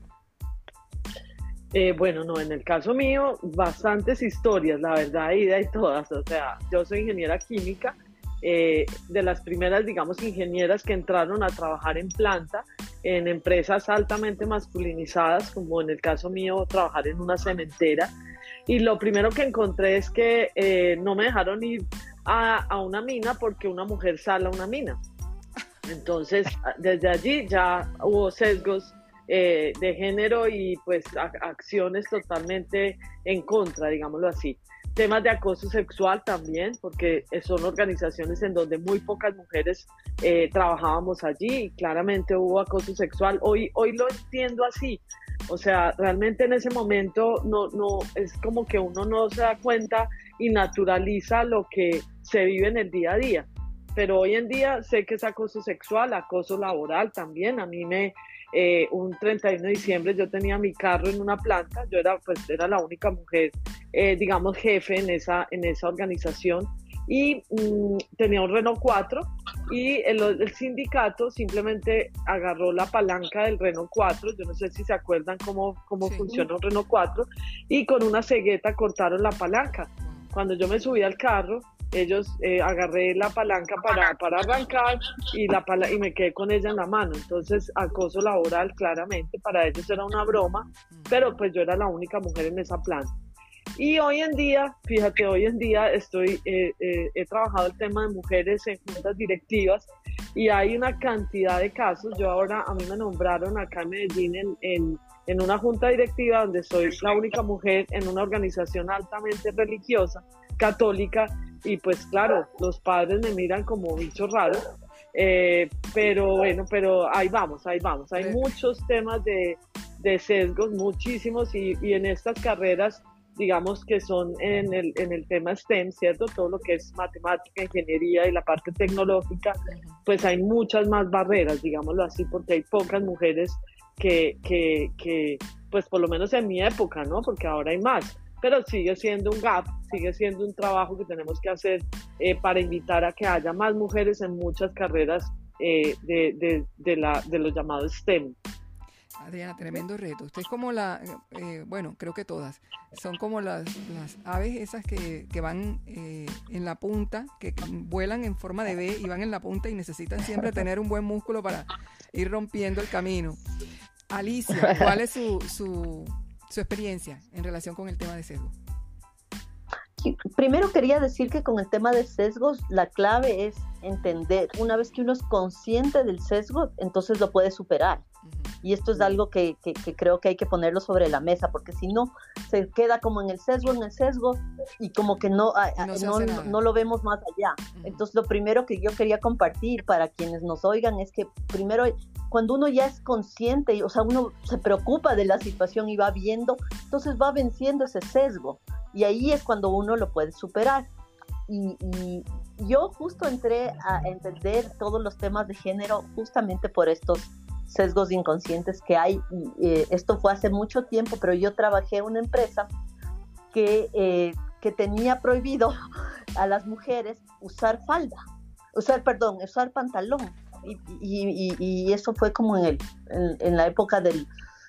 Bueno, no, en el caso mío, bastantes historias, la verdad, ida y todas. O sea, yo soy ingeniera química, de las primeras, digamos, ingenieras que entraron a trabajar en planta, en empresas altamente masculinizadas, como en el caso mío, trabajar en una cementera. Y lo primero que encontré es que no me dejaron ir a una mina porque una mujer sale a una mina. Entonces, desde allí ya hubo sesgos de género y pues acciones totalmente en contra, digámoslo así. Temas de acoso sexual también, porque son organizaciones en donde muy pocas mujeres trabajábamos allí y claramente hubo acoso sexual. Hoy lo entiendo así. O sea, realmente en ese momento no es como que uno no se da cuenta y naturaliza lo que se vive en el día a día. Pero hoy en día sé que es acoso sexual, acoso laboral también. A mí un 31 de diciembre yo tenía mi carro en una planta, yo era la única mujer, digamos, jefe en esa organización, y tenía un Renault 4 y el sindicato simplemente agarró la palanca del Renault 4, yo no sé si se acuerdan cómo sí, funciona un Renault 4, y con una cegueta cortaron la palanca. Cuando yo me subí al carro, ellos agarré la palanca para arrancar y me quedé con ella en la mano. Entonces, acoso laboral, claramente, para ellos era una broma, pero pues yo era la única mujer en esa planta. Y hoy en día, fíjate, he trabajado el tema de mujeres en juntas directivas y hay una cantidad de casos. A mí me nombraron acá en Medellín en una junta directiva donde soy la única mujer en una organización altamente religiosa, católica, y pues claro, los padres me miran como bicho raro, pero bueno, ahí vamos. Hay muchos temas de sesgos, muchísimos, y en estas carreras, digamos que son en el tema STEM, ¿cierto? Todo lo que es matemática, ingeniería y la parte tecnológica, pues hay muchas más barreras, digámoslo así, porque hay pocas mujeres que pues por lo menos en mi época, ¿no? Porque ahora hay más, pero sigue siendo un gap, sigue siendo un trabajo que tenemos que hacer para invitar a que haya más mujeres en muchas carreras de los llamados STEM. Adriana, tremendo reto. Usted es como bueno, creo que todas, son como las aves esas que van en la punta, que vuelan en forma de V y van en la punta y necesitan siempre tener un buen músculo para ir rompiendo el camino. Alicia, ¿cuál es su experiencia en relación con el tema de sesgo? Primero quería decir que con el tema de sesgos, la clave es entender. Una vez que uno es consciente del sesgo, entonces lo puede superar. Y esto es algo que creo que hay que ponerlo sobre la mesa, porque si no, se queda como en el sesgo, y como que no lo vemos más allá. Entonces, lo primero que yo quería compartir para quienes nos oigan es que primero, cuando uno ya es consciente, o sea, uno se preocupa de la situación y va viendo, entonces va venciendo ese sesgo. Y ahí es cuando uno lo puede superar. Y yo justo entré a entender todos los temas de género justamente por estos sesgos inconscientes que hay. Esto fue hace mucho tiempo, pero yo trabajé en una empresa que tenía prohibido a las mujeres usar pantalón. Y eso fue como en la época del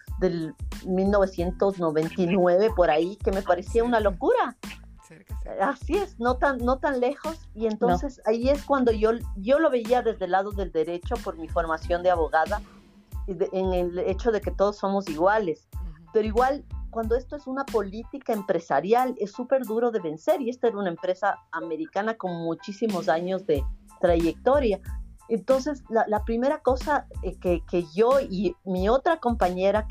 1999, por ahí, que me parecía una locura. Así es, no tan lejos. Y entonces ahí es cuando yo lo veía desde el lado del derecho por mi formación de abogada, en el hecho de que todos somos iguales. Pero igual, cuando esto es una política empresarial, es súper duro de vencer. Y esta era una empresa americana con muchísimos años de trayectoria. Entonces, la primera cosa que yo y mi otra compañera,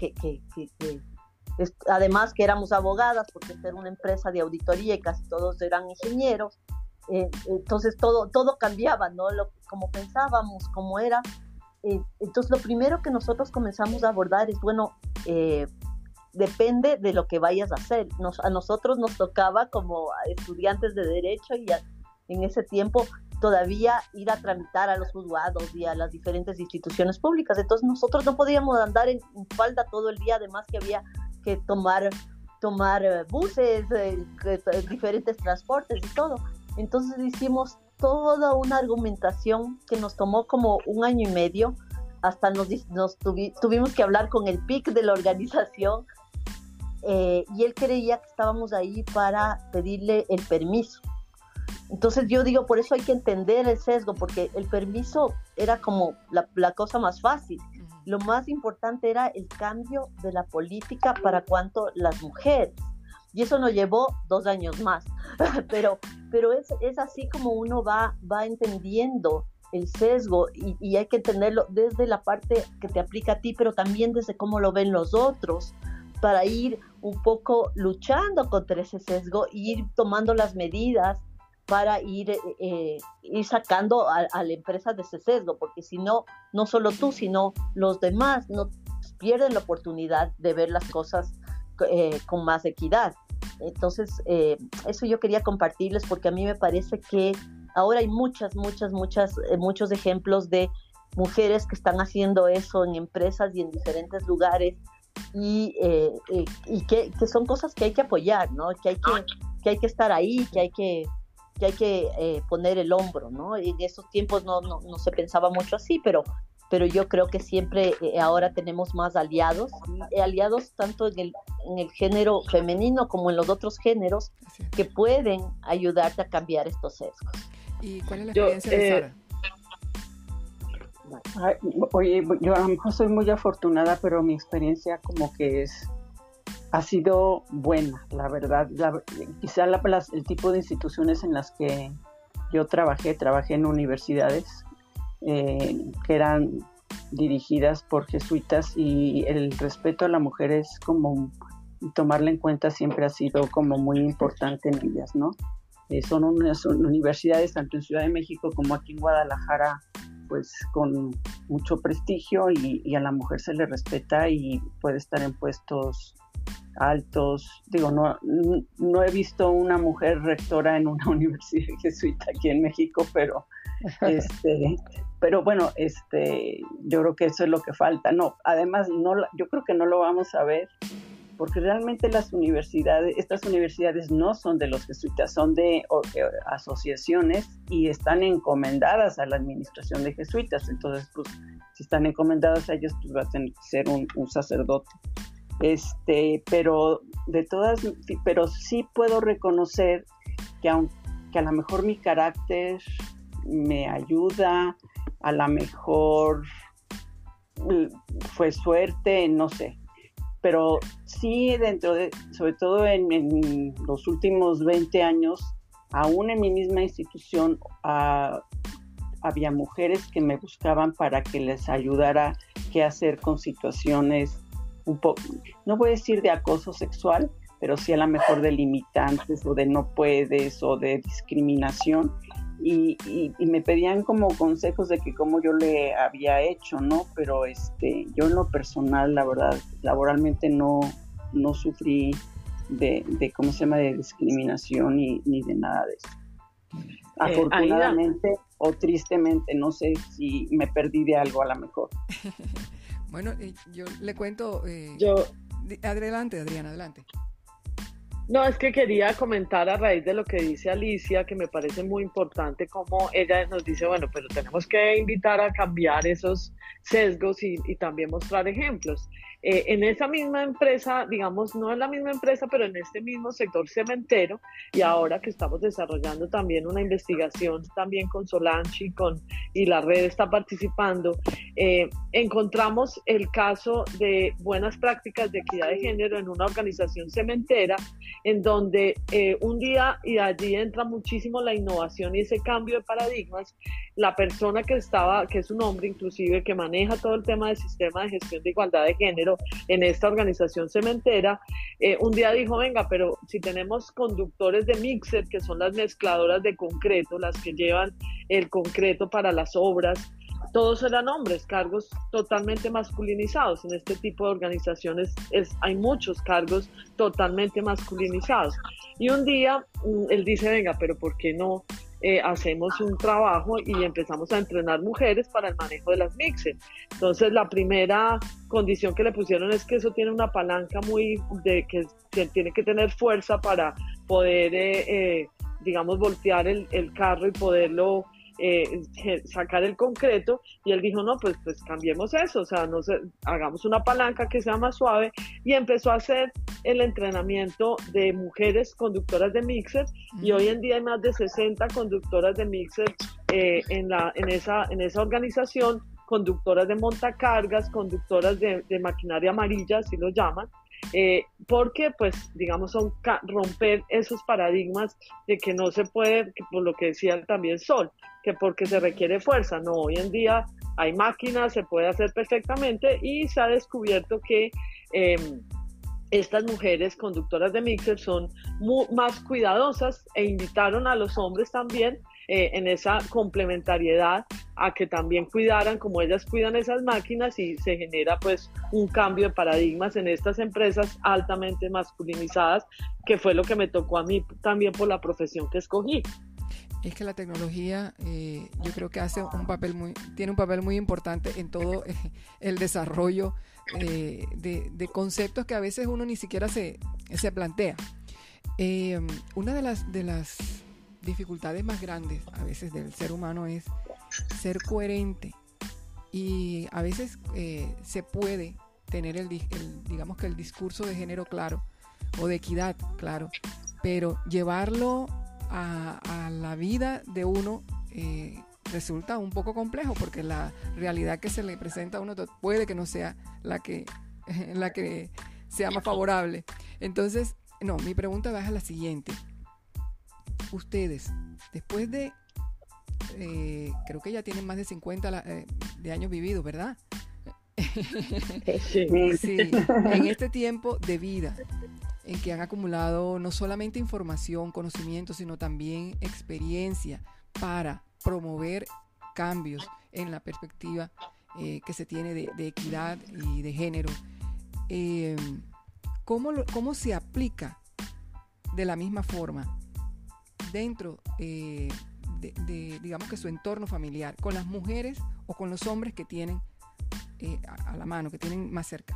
además que éramos abogadas, porque era una empresa de auditoría y casi todos eran ingenieros, entonces todo cambiaba, ¿no? Como pensábamos, como era. Entonces, lo primero que nosotros comenzamos a abordar es, depende de lo que vayas a hacer. A nosotros nos tocaba como estudiantes de Derecho y en ese tiempo todavía ir a tramitar a los juzgados y a las diferentes instituciones públicas. Entonces nosotros no podíamos andar en falda todo el día, además que había que tomar buses, diferentes transportes y todo. Entonces hicimos toda una argumentación que nos tomó como 1 año y medio, hasta tuvimos que hablar con el PIC de la organización, y él creía que estábamos ahí para pedirle el permiso. Entonces yo digo, por eso hay que entender el sesgo, porque el permiso era como la cosa más fácil. Lo más importante era el cambio de la política para cuanto las mujeres. Y eso nos llevó 2 años más. pero es así como uno va entendiendo el sesgo y hay que entenderlo desde la parte que te aplica a ti, pero también desde cómo lo ven los otros, para ir un poco luchando contra ese sesgo e ir tomando las medidas para ir sacando a la empresa de ese sesgo, porque si no, no solo tú, sino los demás no pierden la oportunidad de ver las cosas con más equidad. Entonces, eso yo quería compartirles, porque a mí me parece que ahora hay muchos ejemplos de mujeres que están haciendo eso en empresas y en diferentes lugares, y que son cosas que hay que apoyar, ¿no? Que hay que estar ahí, que hay que poner el hombro, ¿no? En esos tiempos no se pensaba mucho así, pero yo creo que siempre ahora tenemos más aliados tanto en el género femenino como en los otros géneros, que pueden ayudarte a cambiar estos sesgos. ¿Y cuál es la experiencia de Sara? Oye, yo a lo mejor soy muy afortunada, pero mi experiencia como que ha sido buena, la verdad. Quizá el tipo de instituciones en las que yo trabajé en universidades que eran dirigidas por jesuitas, y el respeto a la mujer es como, tomarla en cuenta siempre ha sido como muy importante en ellas, ¿no? Son unas universidades tanto en Ciudad de México como aquí en Guadalajara, pues con mucho prestigio, y a la mujer se le respeta y puede estar en puestos altos. Digo, no he visto una mujer rectora en una universidad jesuita aquí en México, pero bueno, yo creo que eso es lo que falta. No, además yo creo que no lo vamos a ver, porque realmente estas universidades no son de los jesuitas, son de asociaciones y están encomendadas a la administración de jesuitas. Entonces, pues, si están encomendadas a ellos, pues va a tener que ser un sacerdote. Pero sí puedo reconocer que a lo mejor mi carácter me ayuda, a lo mejor fue suerte, no sé. Pero sí, sobre todo en los últimos 20 años, aún en mi misma institución, había mujeres que me buscaban para que les ayudara qué hacer con situaciones un poco, no voy a decir de acoso sexual, pero sí a lo mejor de limitantes o de no puedes o de discriminación, y me pedían como consejos de que cómo yo le había hecho, ¿no? Pero yo en lo personal, la verdad, laboralmente no sufrí de ¿cómo se llama?, de discriminación ni de nada de eso. Afortunadamente o tristemente, no sé si me perdí de algo a lo mejor. Bueno, yo le cuento... Adelante, Adriana, adelante. No, es que quería comentar a raíz de lo que dice Alicia, que me parece muy importante como ella nos dice, bueno, pero tenemos que invitar a cambiar esos sesgos y también mostrar ejemplos. En esa misma empresa, digamos, no en la misma empresa, pero en este mismo sector cementero, y ahora que estamos desarrollando también una investigación también con Solange y la red está participando, encontramos el caso de buenas prácticas de equidad de género en una organización cementera, en donde un día, y allí entra muchísimo la innovación y ese cambio de paradigmas, la persona que es un hombre inclusive, que maneja todo el tema del sistema de gestión de igualdad de género en esta organización cementera, un día dijo, venga, pero si tenemos conductores de mixer, que son las mezcladoras de concreto, las que llevan el concreto para las obras, todos eran hombres, cargos totalmente masculinizados. En este tipo de organizaciones hay muchos cargos totalmente masculinizados. Y un día él dice, venga, pero ¿por qué no hacemos un trabajo y empezamos a entrenar mujeres para el manejo de las mixer? Entonces la primera condición que le pusieron es que eso tiene una palanca que tiene que tener fuerza para poder, digamos, voltear el carro y poderlo sacar el concreto, y él dijo, no, pues cambiemos eso, o sea, hagamos una palanca que sea más suave, y empezó a hacer el entrenamiento de mujeres conductoras de mixer, y hoy en día hay más de 60 conductoras de mixer en esa organización, conductoras de montacargas, conductoras de maquinaria amarilla, así lo llaman, porque pues digamos son romper esos paradigmas de que no se puede, que por lo que decía también Sol, que porque se requiere fuerza. No, hoy en día hay máquinas, se puede hacer perfectamente, y se ha descubierto que estas mujeres conductoras de mixer son más cuidadosas, e invitaron a los hombres también en esa complementariedad a que también cuidaran como ellas cuidan esas máquinas, y se genera pues un cambio de paradigmas en estas empresas altamente masculinizadas, que fue lo que me tocó a mí también por la profesión que escogí. Es que la tecnología yo creo que tiene un papel muy importante en todo el desarrollo de conceptos que a veces uno ni siquiera se plantea. Una de las dificultades más grandes a veces del ser humano es ser coherente, y a veces se puede tener digamos que el discurso de género claro o de equidad claro, pero llevarlo a la vida de uno resulta un poco complejo, porque la realidad que se le presenta a uno puede que no sea la que sea más favorable. Entonces, no, mi pregunta va a la siguiente. Ustedes, después de creo que ya tienen más de 50 de años vividos, ¿verdad? Sí. Sí, en este tiempo de vida en que han acumulado no solamente información, conocimiento, sino también experiencia para promover cambios en la perspectiva que se tiene de equidad y de género. ¿Cómo se aplica de la misma forma dentro de digamos que su entorno familiar, con las mujeres o con los hombres que tienen a la mano, que tienen más cerca?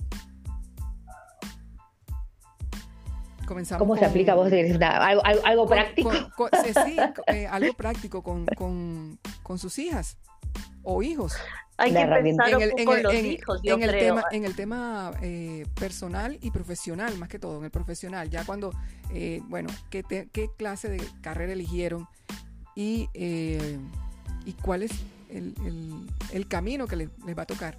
Comenzamos. ¿Cómo se aplica? ¿Vos decís algo práctico? Sí, algo práctico con sus hijas o hijos. Hay que empezar un poco con los hijos, yo creo. En el tema personal y profesional, más que todo, en el profesional, ya cuando, qué clase de carrera eligieron y cuál es el camino que les va a tocar.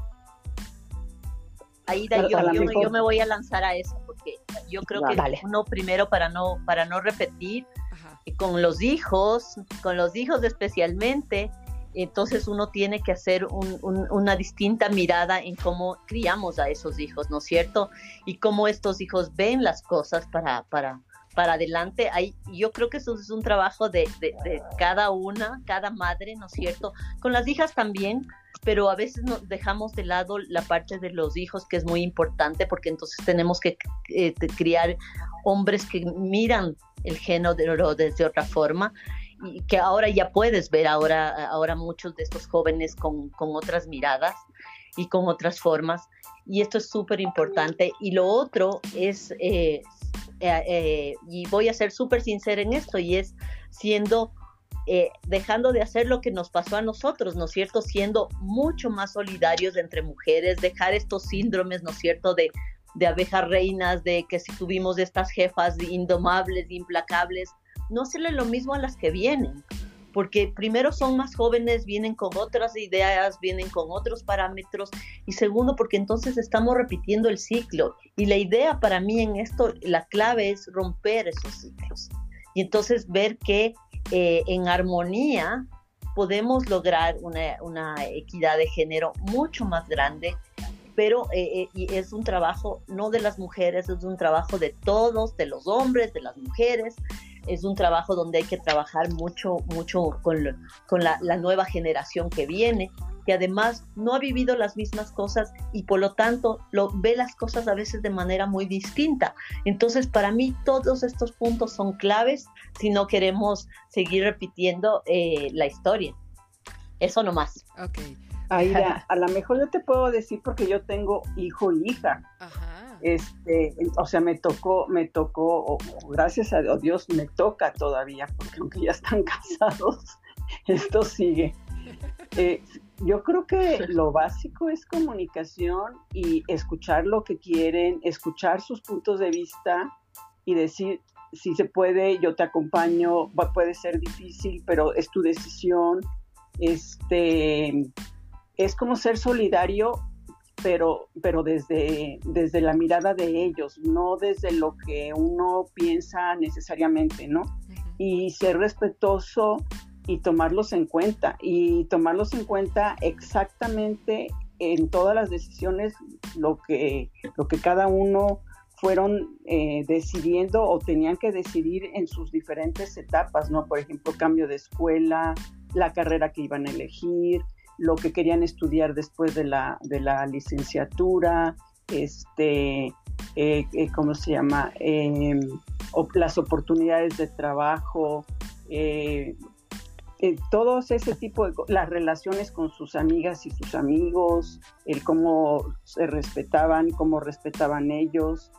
Aida, yo me voy a lanzar a eso, porque yo creo que uno primero, para no repetir, con los hijos especialmente, entonces uno tiene que hacer una distinta mirada en cómo criamos a esos hijos, ¿no es cierto? Y cómo estos hijos ven las cosas para adelante. Yo creo que eso es un trabajo de cada madre, ¿no es cierto? Con las hijas también, pero a veces nos dejamos de lado la parte de los hijos, que es muy importante, porque entonces tenemos que criar hombres que miran el género desde otra forma, y que ahora ya puedes ver ahora muchos de estos jóvenes con otras miradas y con otras formas, y esto es súper importante. Y lo otro es, y voy a ser súper sincera en esto, y es dejando de hacer lo que nos pasó a nosotros, ¿no es cierto? Siendo mucho más solidarios entre mujeres, dejar estos síndromes, ¿no es cierto?, de abejas reinas, de que si tuvimos estas jefas indomables, implacables, no hacerle lo mismo a las que vienen, porque primero son más jóvenes, vienen con otras ideas, vienen con otros parámetros, y segundo, porque entonces estamos repitiendo el ciclo, y la idea para mí en esto, la clave es romper esos ciclos, y entonces ver que en armonía podemos lograr una equidad de género mucho más grande, pero y es un trabajo no de las mujeres, es un trabajo de todos, de los hombres, de las mujeres. Es un trabajo donde hay que trabajar mucho con la nueva generación que viene, que además no ha vivido las mismas cosas y por lo tanto ve las cosas a veces de manera muy distinta. Entonces, para mí todos estos puntos son claves si no queremos seguir repitiendo la historia. Eso nomás. Okay. Aida, a lo mejor yo te puedo decir porque yo tengo hijo y hija. Ajá. O sea, me tocó, gracias a Dios me toca todavía, porque aunque ya están casados, esto sigue. Yo creo que lo básico es comunicación y escuchar lo que quieren, escuchar sus puntos de vista y decir, si se puede, yo te acompaño, puede ser difícil, pero es tu decisión. Es como ser solidario pero desde la mirada de ellos, no desde lo que uno piensa necesariamente, ¿no? Y ser respetuoso y tomarlos en cuenta exactamente en todas las decisiones lo que cada uno fueron decidiendo o tenían que decidir en sus diferentes etapas, ¿no? Por ejemplo, cambio de escuela, la carrera que iban a elegir, lo que querían estudiar después de la licenciatura, ¿cómo se llama? Las oportunidades de trabajo, todos ese tipo de las relaciones con sus amigas y sus amigos, el cómo se respetaban, cómo respetaban ellos,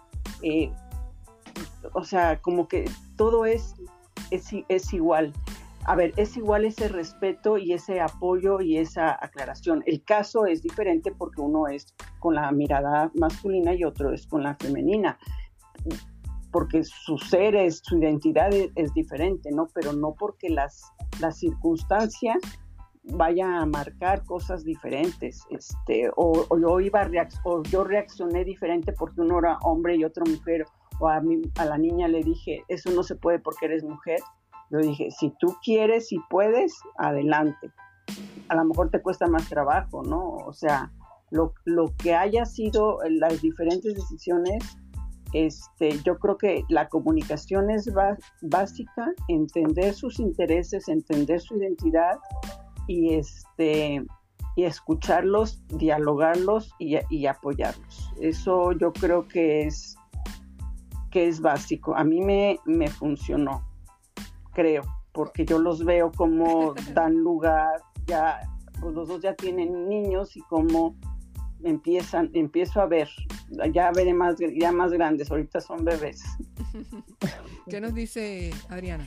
o sea, como que todo es igual. A ver, es igual ese respeto y ese apoyo y esa aclaración. El caso es diferente porque uno es con la mirada masculina y otro es con la femenina, porque su ser, su identidad es diferente, ¿no? Pero no porque las circunstancias vayan a marcar cosas diferentes, o yo reaccioné diferente porque uno era hombre y otro mujer, o a la niña le dije, eso no se puede porque eres mujer. Yo dije, si tú quieres y puedes, adelante. A lo mejor te cuesta más trabajo, ¿no? O sea, lo que haya sido las diferentes decisiones, yo creo que la comunicación es básica, entender sus intereses, entender su identidad y escucharlos, dialogarlos y apoyarlos. Eso yo creo que es básico. A mí me funcionó, creo, porque yo los veo como dan lugar, ya pues los dos ya tienen niños y como empiezo a ver, ya veré más grandes, ahorita son bebés. ¿Qué nos dice Adriana?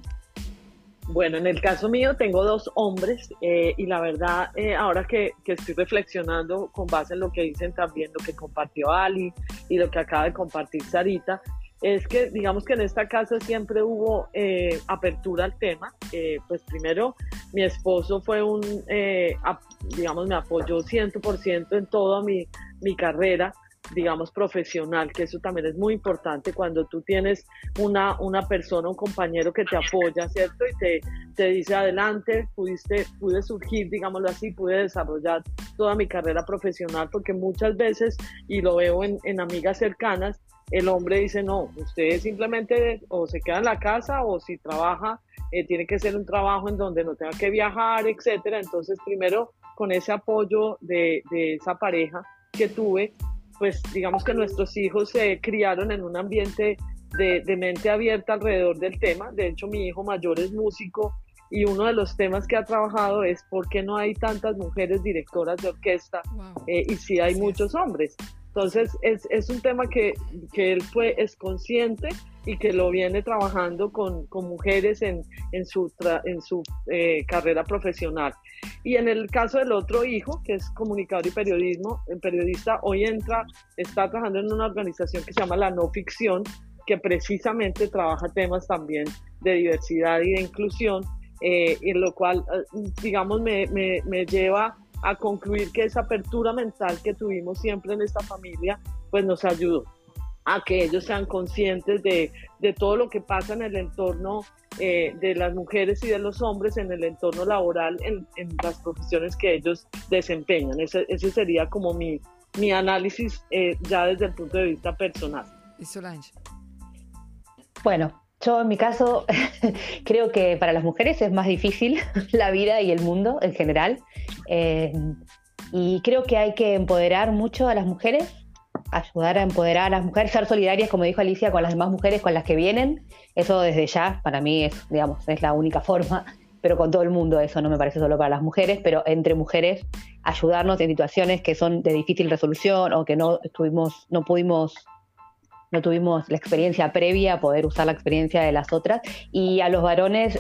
Bueno, en el caso mío tengo 2 hombres y la verdad, ahora que estoy reflexionando con base en lo que dicen también, lo que compartió Ali y lo que acaba de compartir Sarita, es que digamos que en esta casa siempre hubo apertura al tema. Pues primero mi esposo fue digamos, me apoyó 100% en toda mi carrera, digamos, profesional, que eso también es muy importante cuando tú tienes una persona, un compañero que te apoya, ¿cierto? Y te dice adelante, pude surgir, digámoslo así, pude desarrollar toda mi carrera profesional, porque muchas veces, y lo veo en amigas cercanas, el hombre dice, no, usted simplemente o se queda en la casa o si trabaja, tiene que ser un trabajo en donde no tenga que viajar, etcétera. Entonces, primero, con ese apoyo de esa pareja que tuve, pues digamos que nuestros hijos se criaron en un ambiente de mente abierta alrededor del tema. De hecho, mi hijo mayor es músico y uno de los temas que ha trabajado es por qué no hay tantas mujeres directoras de orquesta. Wow. Y sí hay muchos hombres. Entonces es un tema que él es consciente y que lo viene trabajando con mujeres en su carrera profesional. Y en el caso del otro hijo, que es comunicador y periodista, hoy está trabajando en una organización que se llama La No Ficción, que precisamente trabaja temas también de diversidad y de inclusión, en lo cual, digamos, me lleva a concluir que esa apertura mental que tuvimos siempre en esta familia, pues nos ayudó a que ellos sean conscientes de todo lo que pasa en el entorno de las mujeres y de los hombres, en el entorno laboral, en las profesiones que ellos desempeñan. Ese sería como mi análisis ya desde el punto de vista personal. ¿Y Solange? Bueno, yo en mi caso creo que para las mujeres es más difícil la vida y el mundo en general, y creo que hay que empoderar mucho a las mujeres, ayudar a empoderar a las mujeres, ser solidarias, como dijo Alicia, con las demás mujeres con las que vienen. Eso desde ya para mí es la única forma, pero con todo el mundo. Eso no me parece solo para las mujeres, pero entre mujeres ayudarnos en situaciones que son de difícil resolución o que no tuvimos la experiencia previa, poder usar la experiencia de las otras, y a los varones,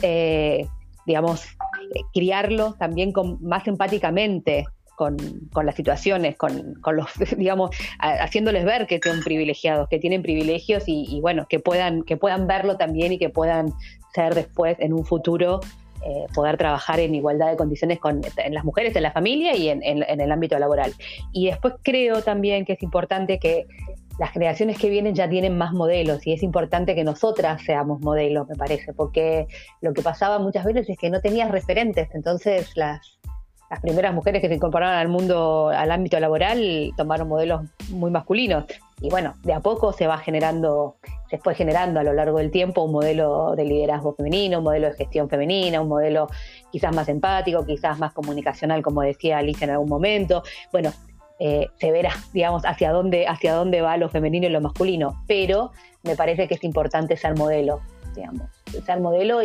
criarlos también más empáticamente con las situaciones, con los, haciéndoles ver que son privilegiados, que tienen privilegios y bueno, que puedan verlo también y que puedan ser después en un futuro poder trabajar en igualdad de condiciones en las mujeres, en la familia y en el ámbito laboral. Y después creo también que es importante que las generaciones que vienen ya tienen más modelos y es importante que nosotras seamos modelos, me parece, porque lo que pasaba muchas veces es que no tenías referentes, entonces las primeras mujeres que se incorporaron al mundo, al ámbito laboral, tomaron modelos muy masculinos. Y bueno, de a poco se fue generando a lo largo del tiempo un modelo de liderazgo femenino, un modelo de gestión femenina, un modelo quizás más empático, quizás más comunicacional, como decía Alicia en algún momento. Bueno, se verá, digamos, hacia dónde va lo femenino y lo masculino, pero me parece que es importante ser modelo, digamos, ser modelo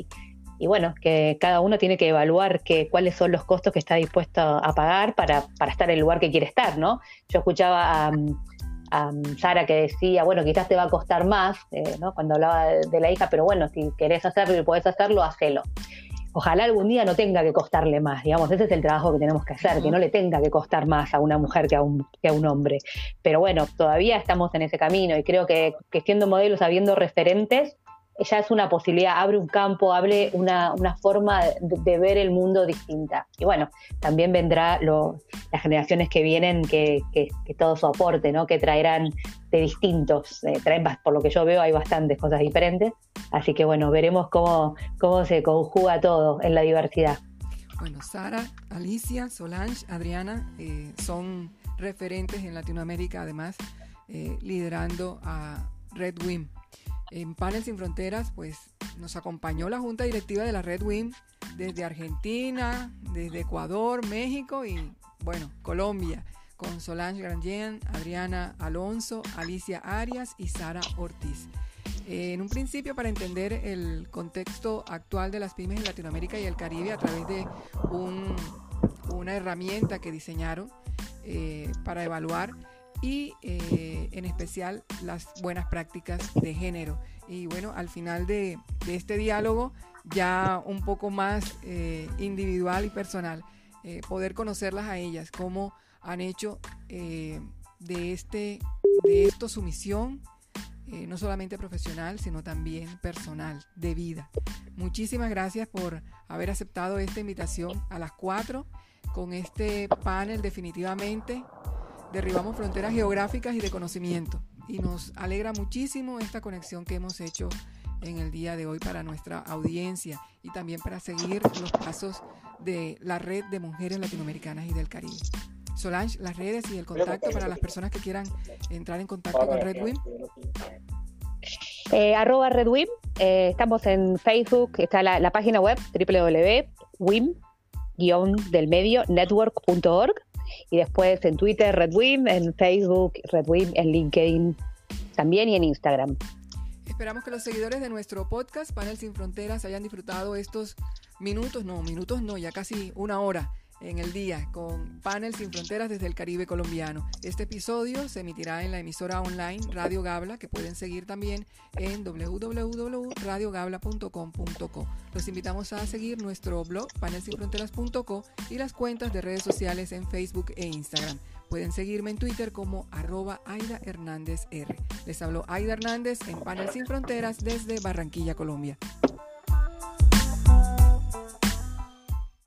y bueno, que cada uno tiene que evaluar cuáles son los costos que está dispuesto a pagar para estar en el lugar que quiere estar, ¿no? Yo escuchaba a Sara que decía, bueno, quizás te va a costar más, ¿no? Cuando hablaba de la hija, pero bueno, si querés hacerlo y podés hacerlo, hacelo. Ojalá algún día no tenga que costarle más, digamos, ese es el trabajo que tenemos que hacer, que no le tenga que costar más a una mujer que a un hombre. Pero bueno, todavía estamos en ese camino y creo que siendo modelos, habiendo referentes, ya es una posibilidad, abre un campo, abre una forma de ver el mundo distinta. Y bueno, también vendrá las generaciones que vienen que todo su aporte, ¿no? Que traerán de distintos, por lo que yo veo hay bastantes cosas diferentes, así que bueno, veremos cómo se conjuga todo en la diversidad. Bueno, Sara, Alicia, Solange, Adriana son referentes en Latinoamérica, además liderando a Red Wing. En Panel Sin Fronteras, pues nos acompañó la Junta Directiva de la Red Wing desde Argentina, desde Ecuador, México y, bueno, Colombia, con Solange Grandjean, Adriana Alonso, Alicia Arias y Sara Ortiz. En un principio, para entender el contexto actual de las pymes en Latinoamérica y el Caribe a través de una herramienta que diseñaron para evaluar y en especial las buenas prácticas de género. Y bueno, al final de este diálogo, ya un poco más individual y personal, poder conocerlas a ellas, cómo han hecho de esto su misión, no solamente profesional, sino también personal, de vida. Muchísimas gracias por haber aceptado esta invitación a las 4 con este panel. Definitivamente derribamos fronteras geográficas y de conocimiento, y nos alegra muchísimo esta conexión que hemos hecho en el día de hoy para nuestra audiencia y también para seguir los pasos de la Red de Mujeres Latinoamericanas y del Caribe. Solange, las redes y el contacto para las personas que quieran entrar en contacto con Red Wing. @Red Wing, estamos en Facebook, está la página web www.wim-network.org y después en Twitter Red Wing, en Facebook Red Wing, en LinkedIn también y en Instagram. Esperamos que los seguidores de nuestro podcast Panel Sin Fronteras hayan disfrutado estos minutos no, ya casi una hora en el día con Panel Sin Fronteras desde el Caribe colombiano. Este episodio se emitirá en la emisora online Radio Gabla, que pueden seguir también en www.radiogabla.com.co. Los invitamos a seguir nuestro blog panelsinfronteras.co y las cuentas de redes sociales en Facebook e Instagram. Pueden seguirme en Twitter como @AidaHernandezR. Les habló Aida Hernández en Panel Sin Fronteras desde Barranquilla, Colombia.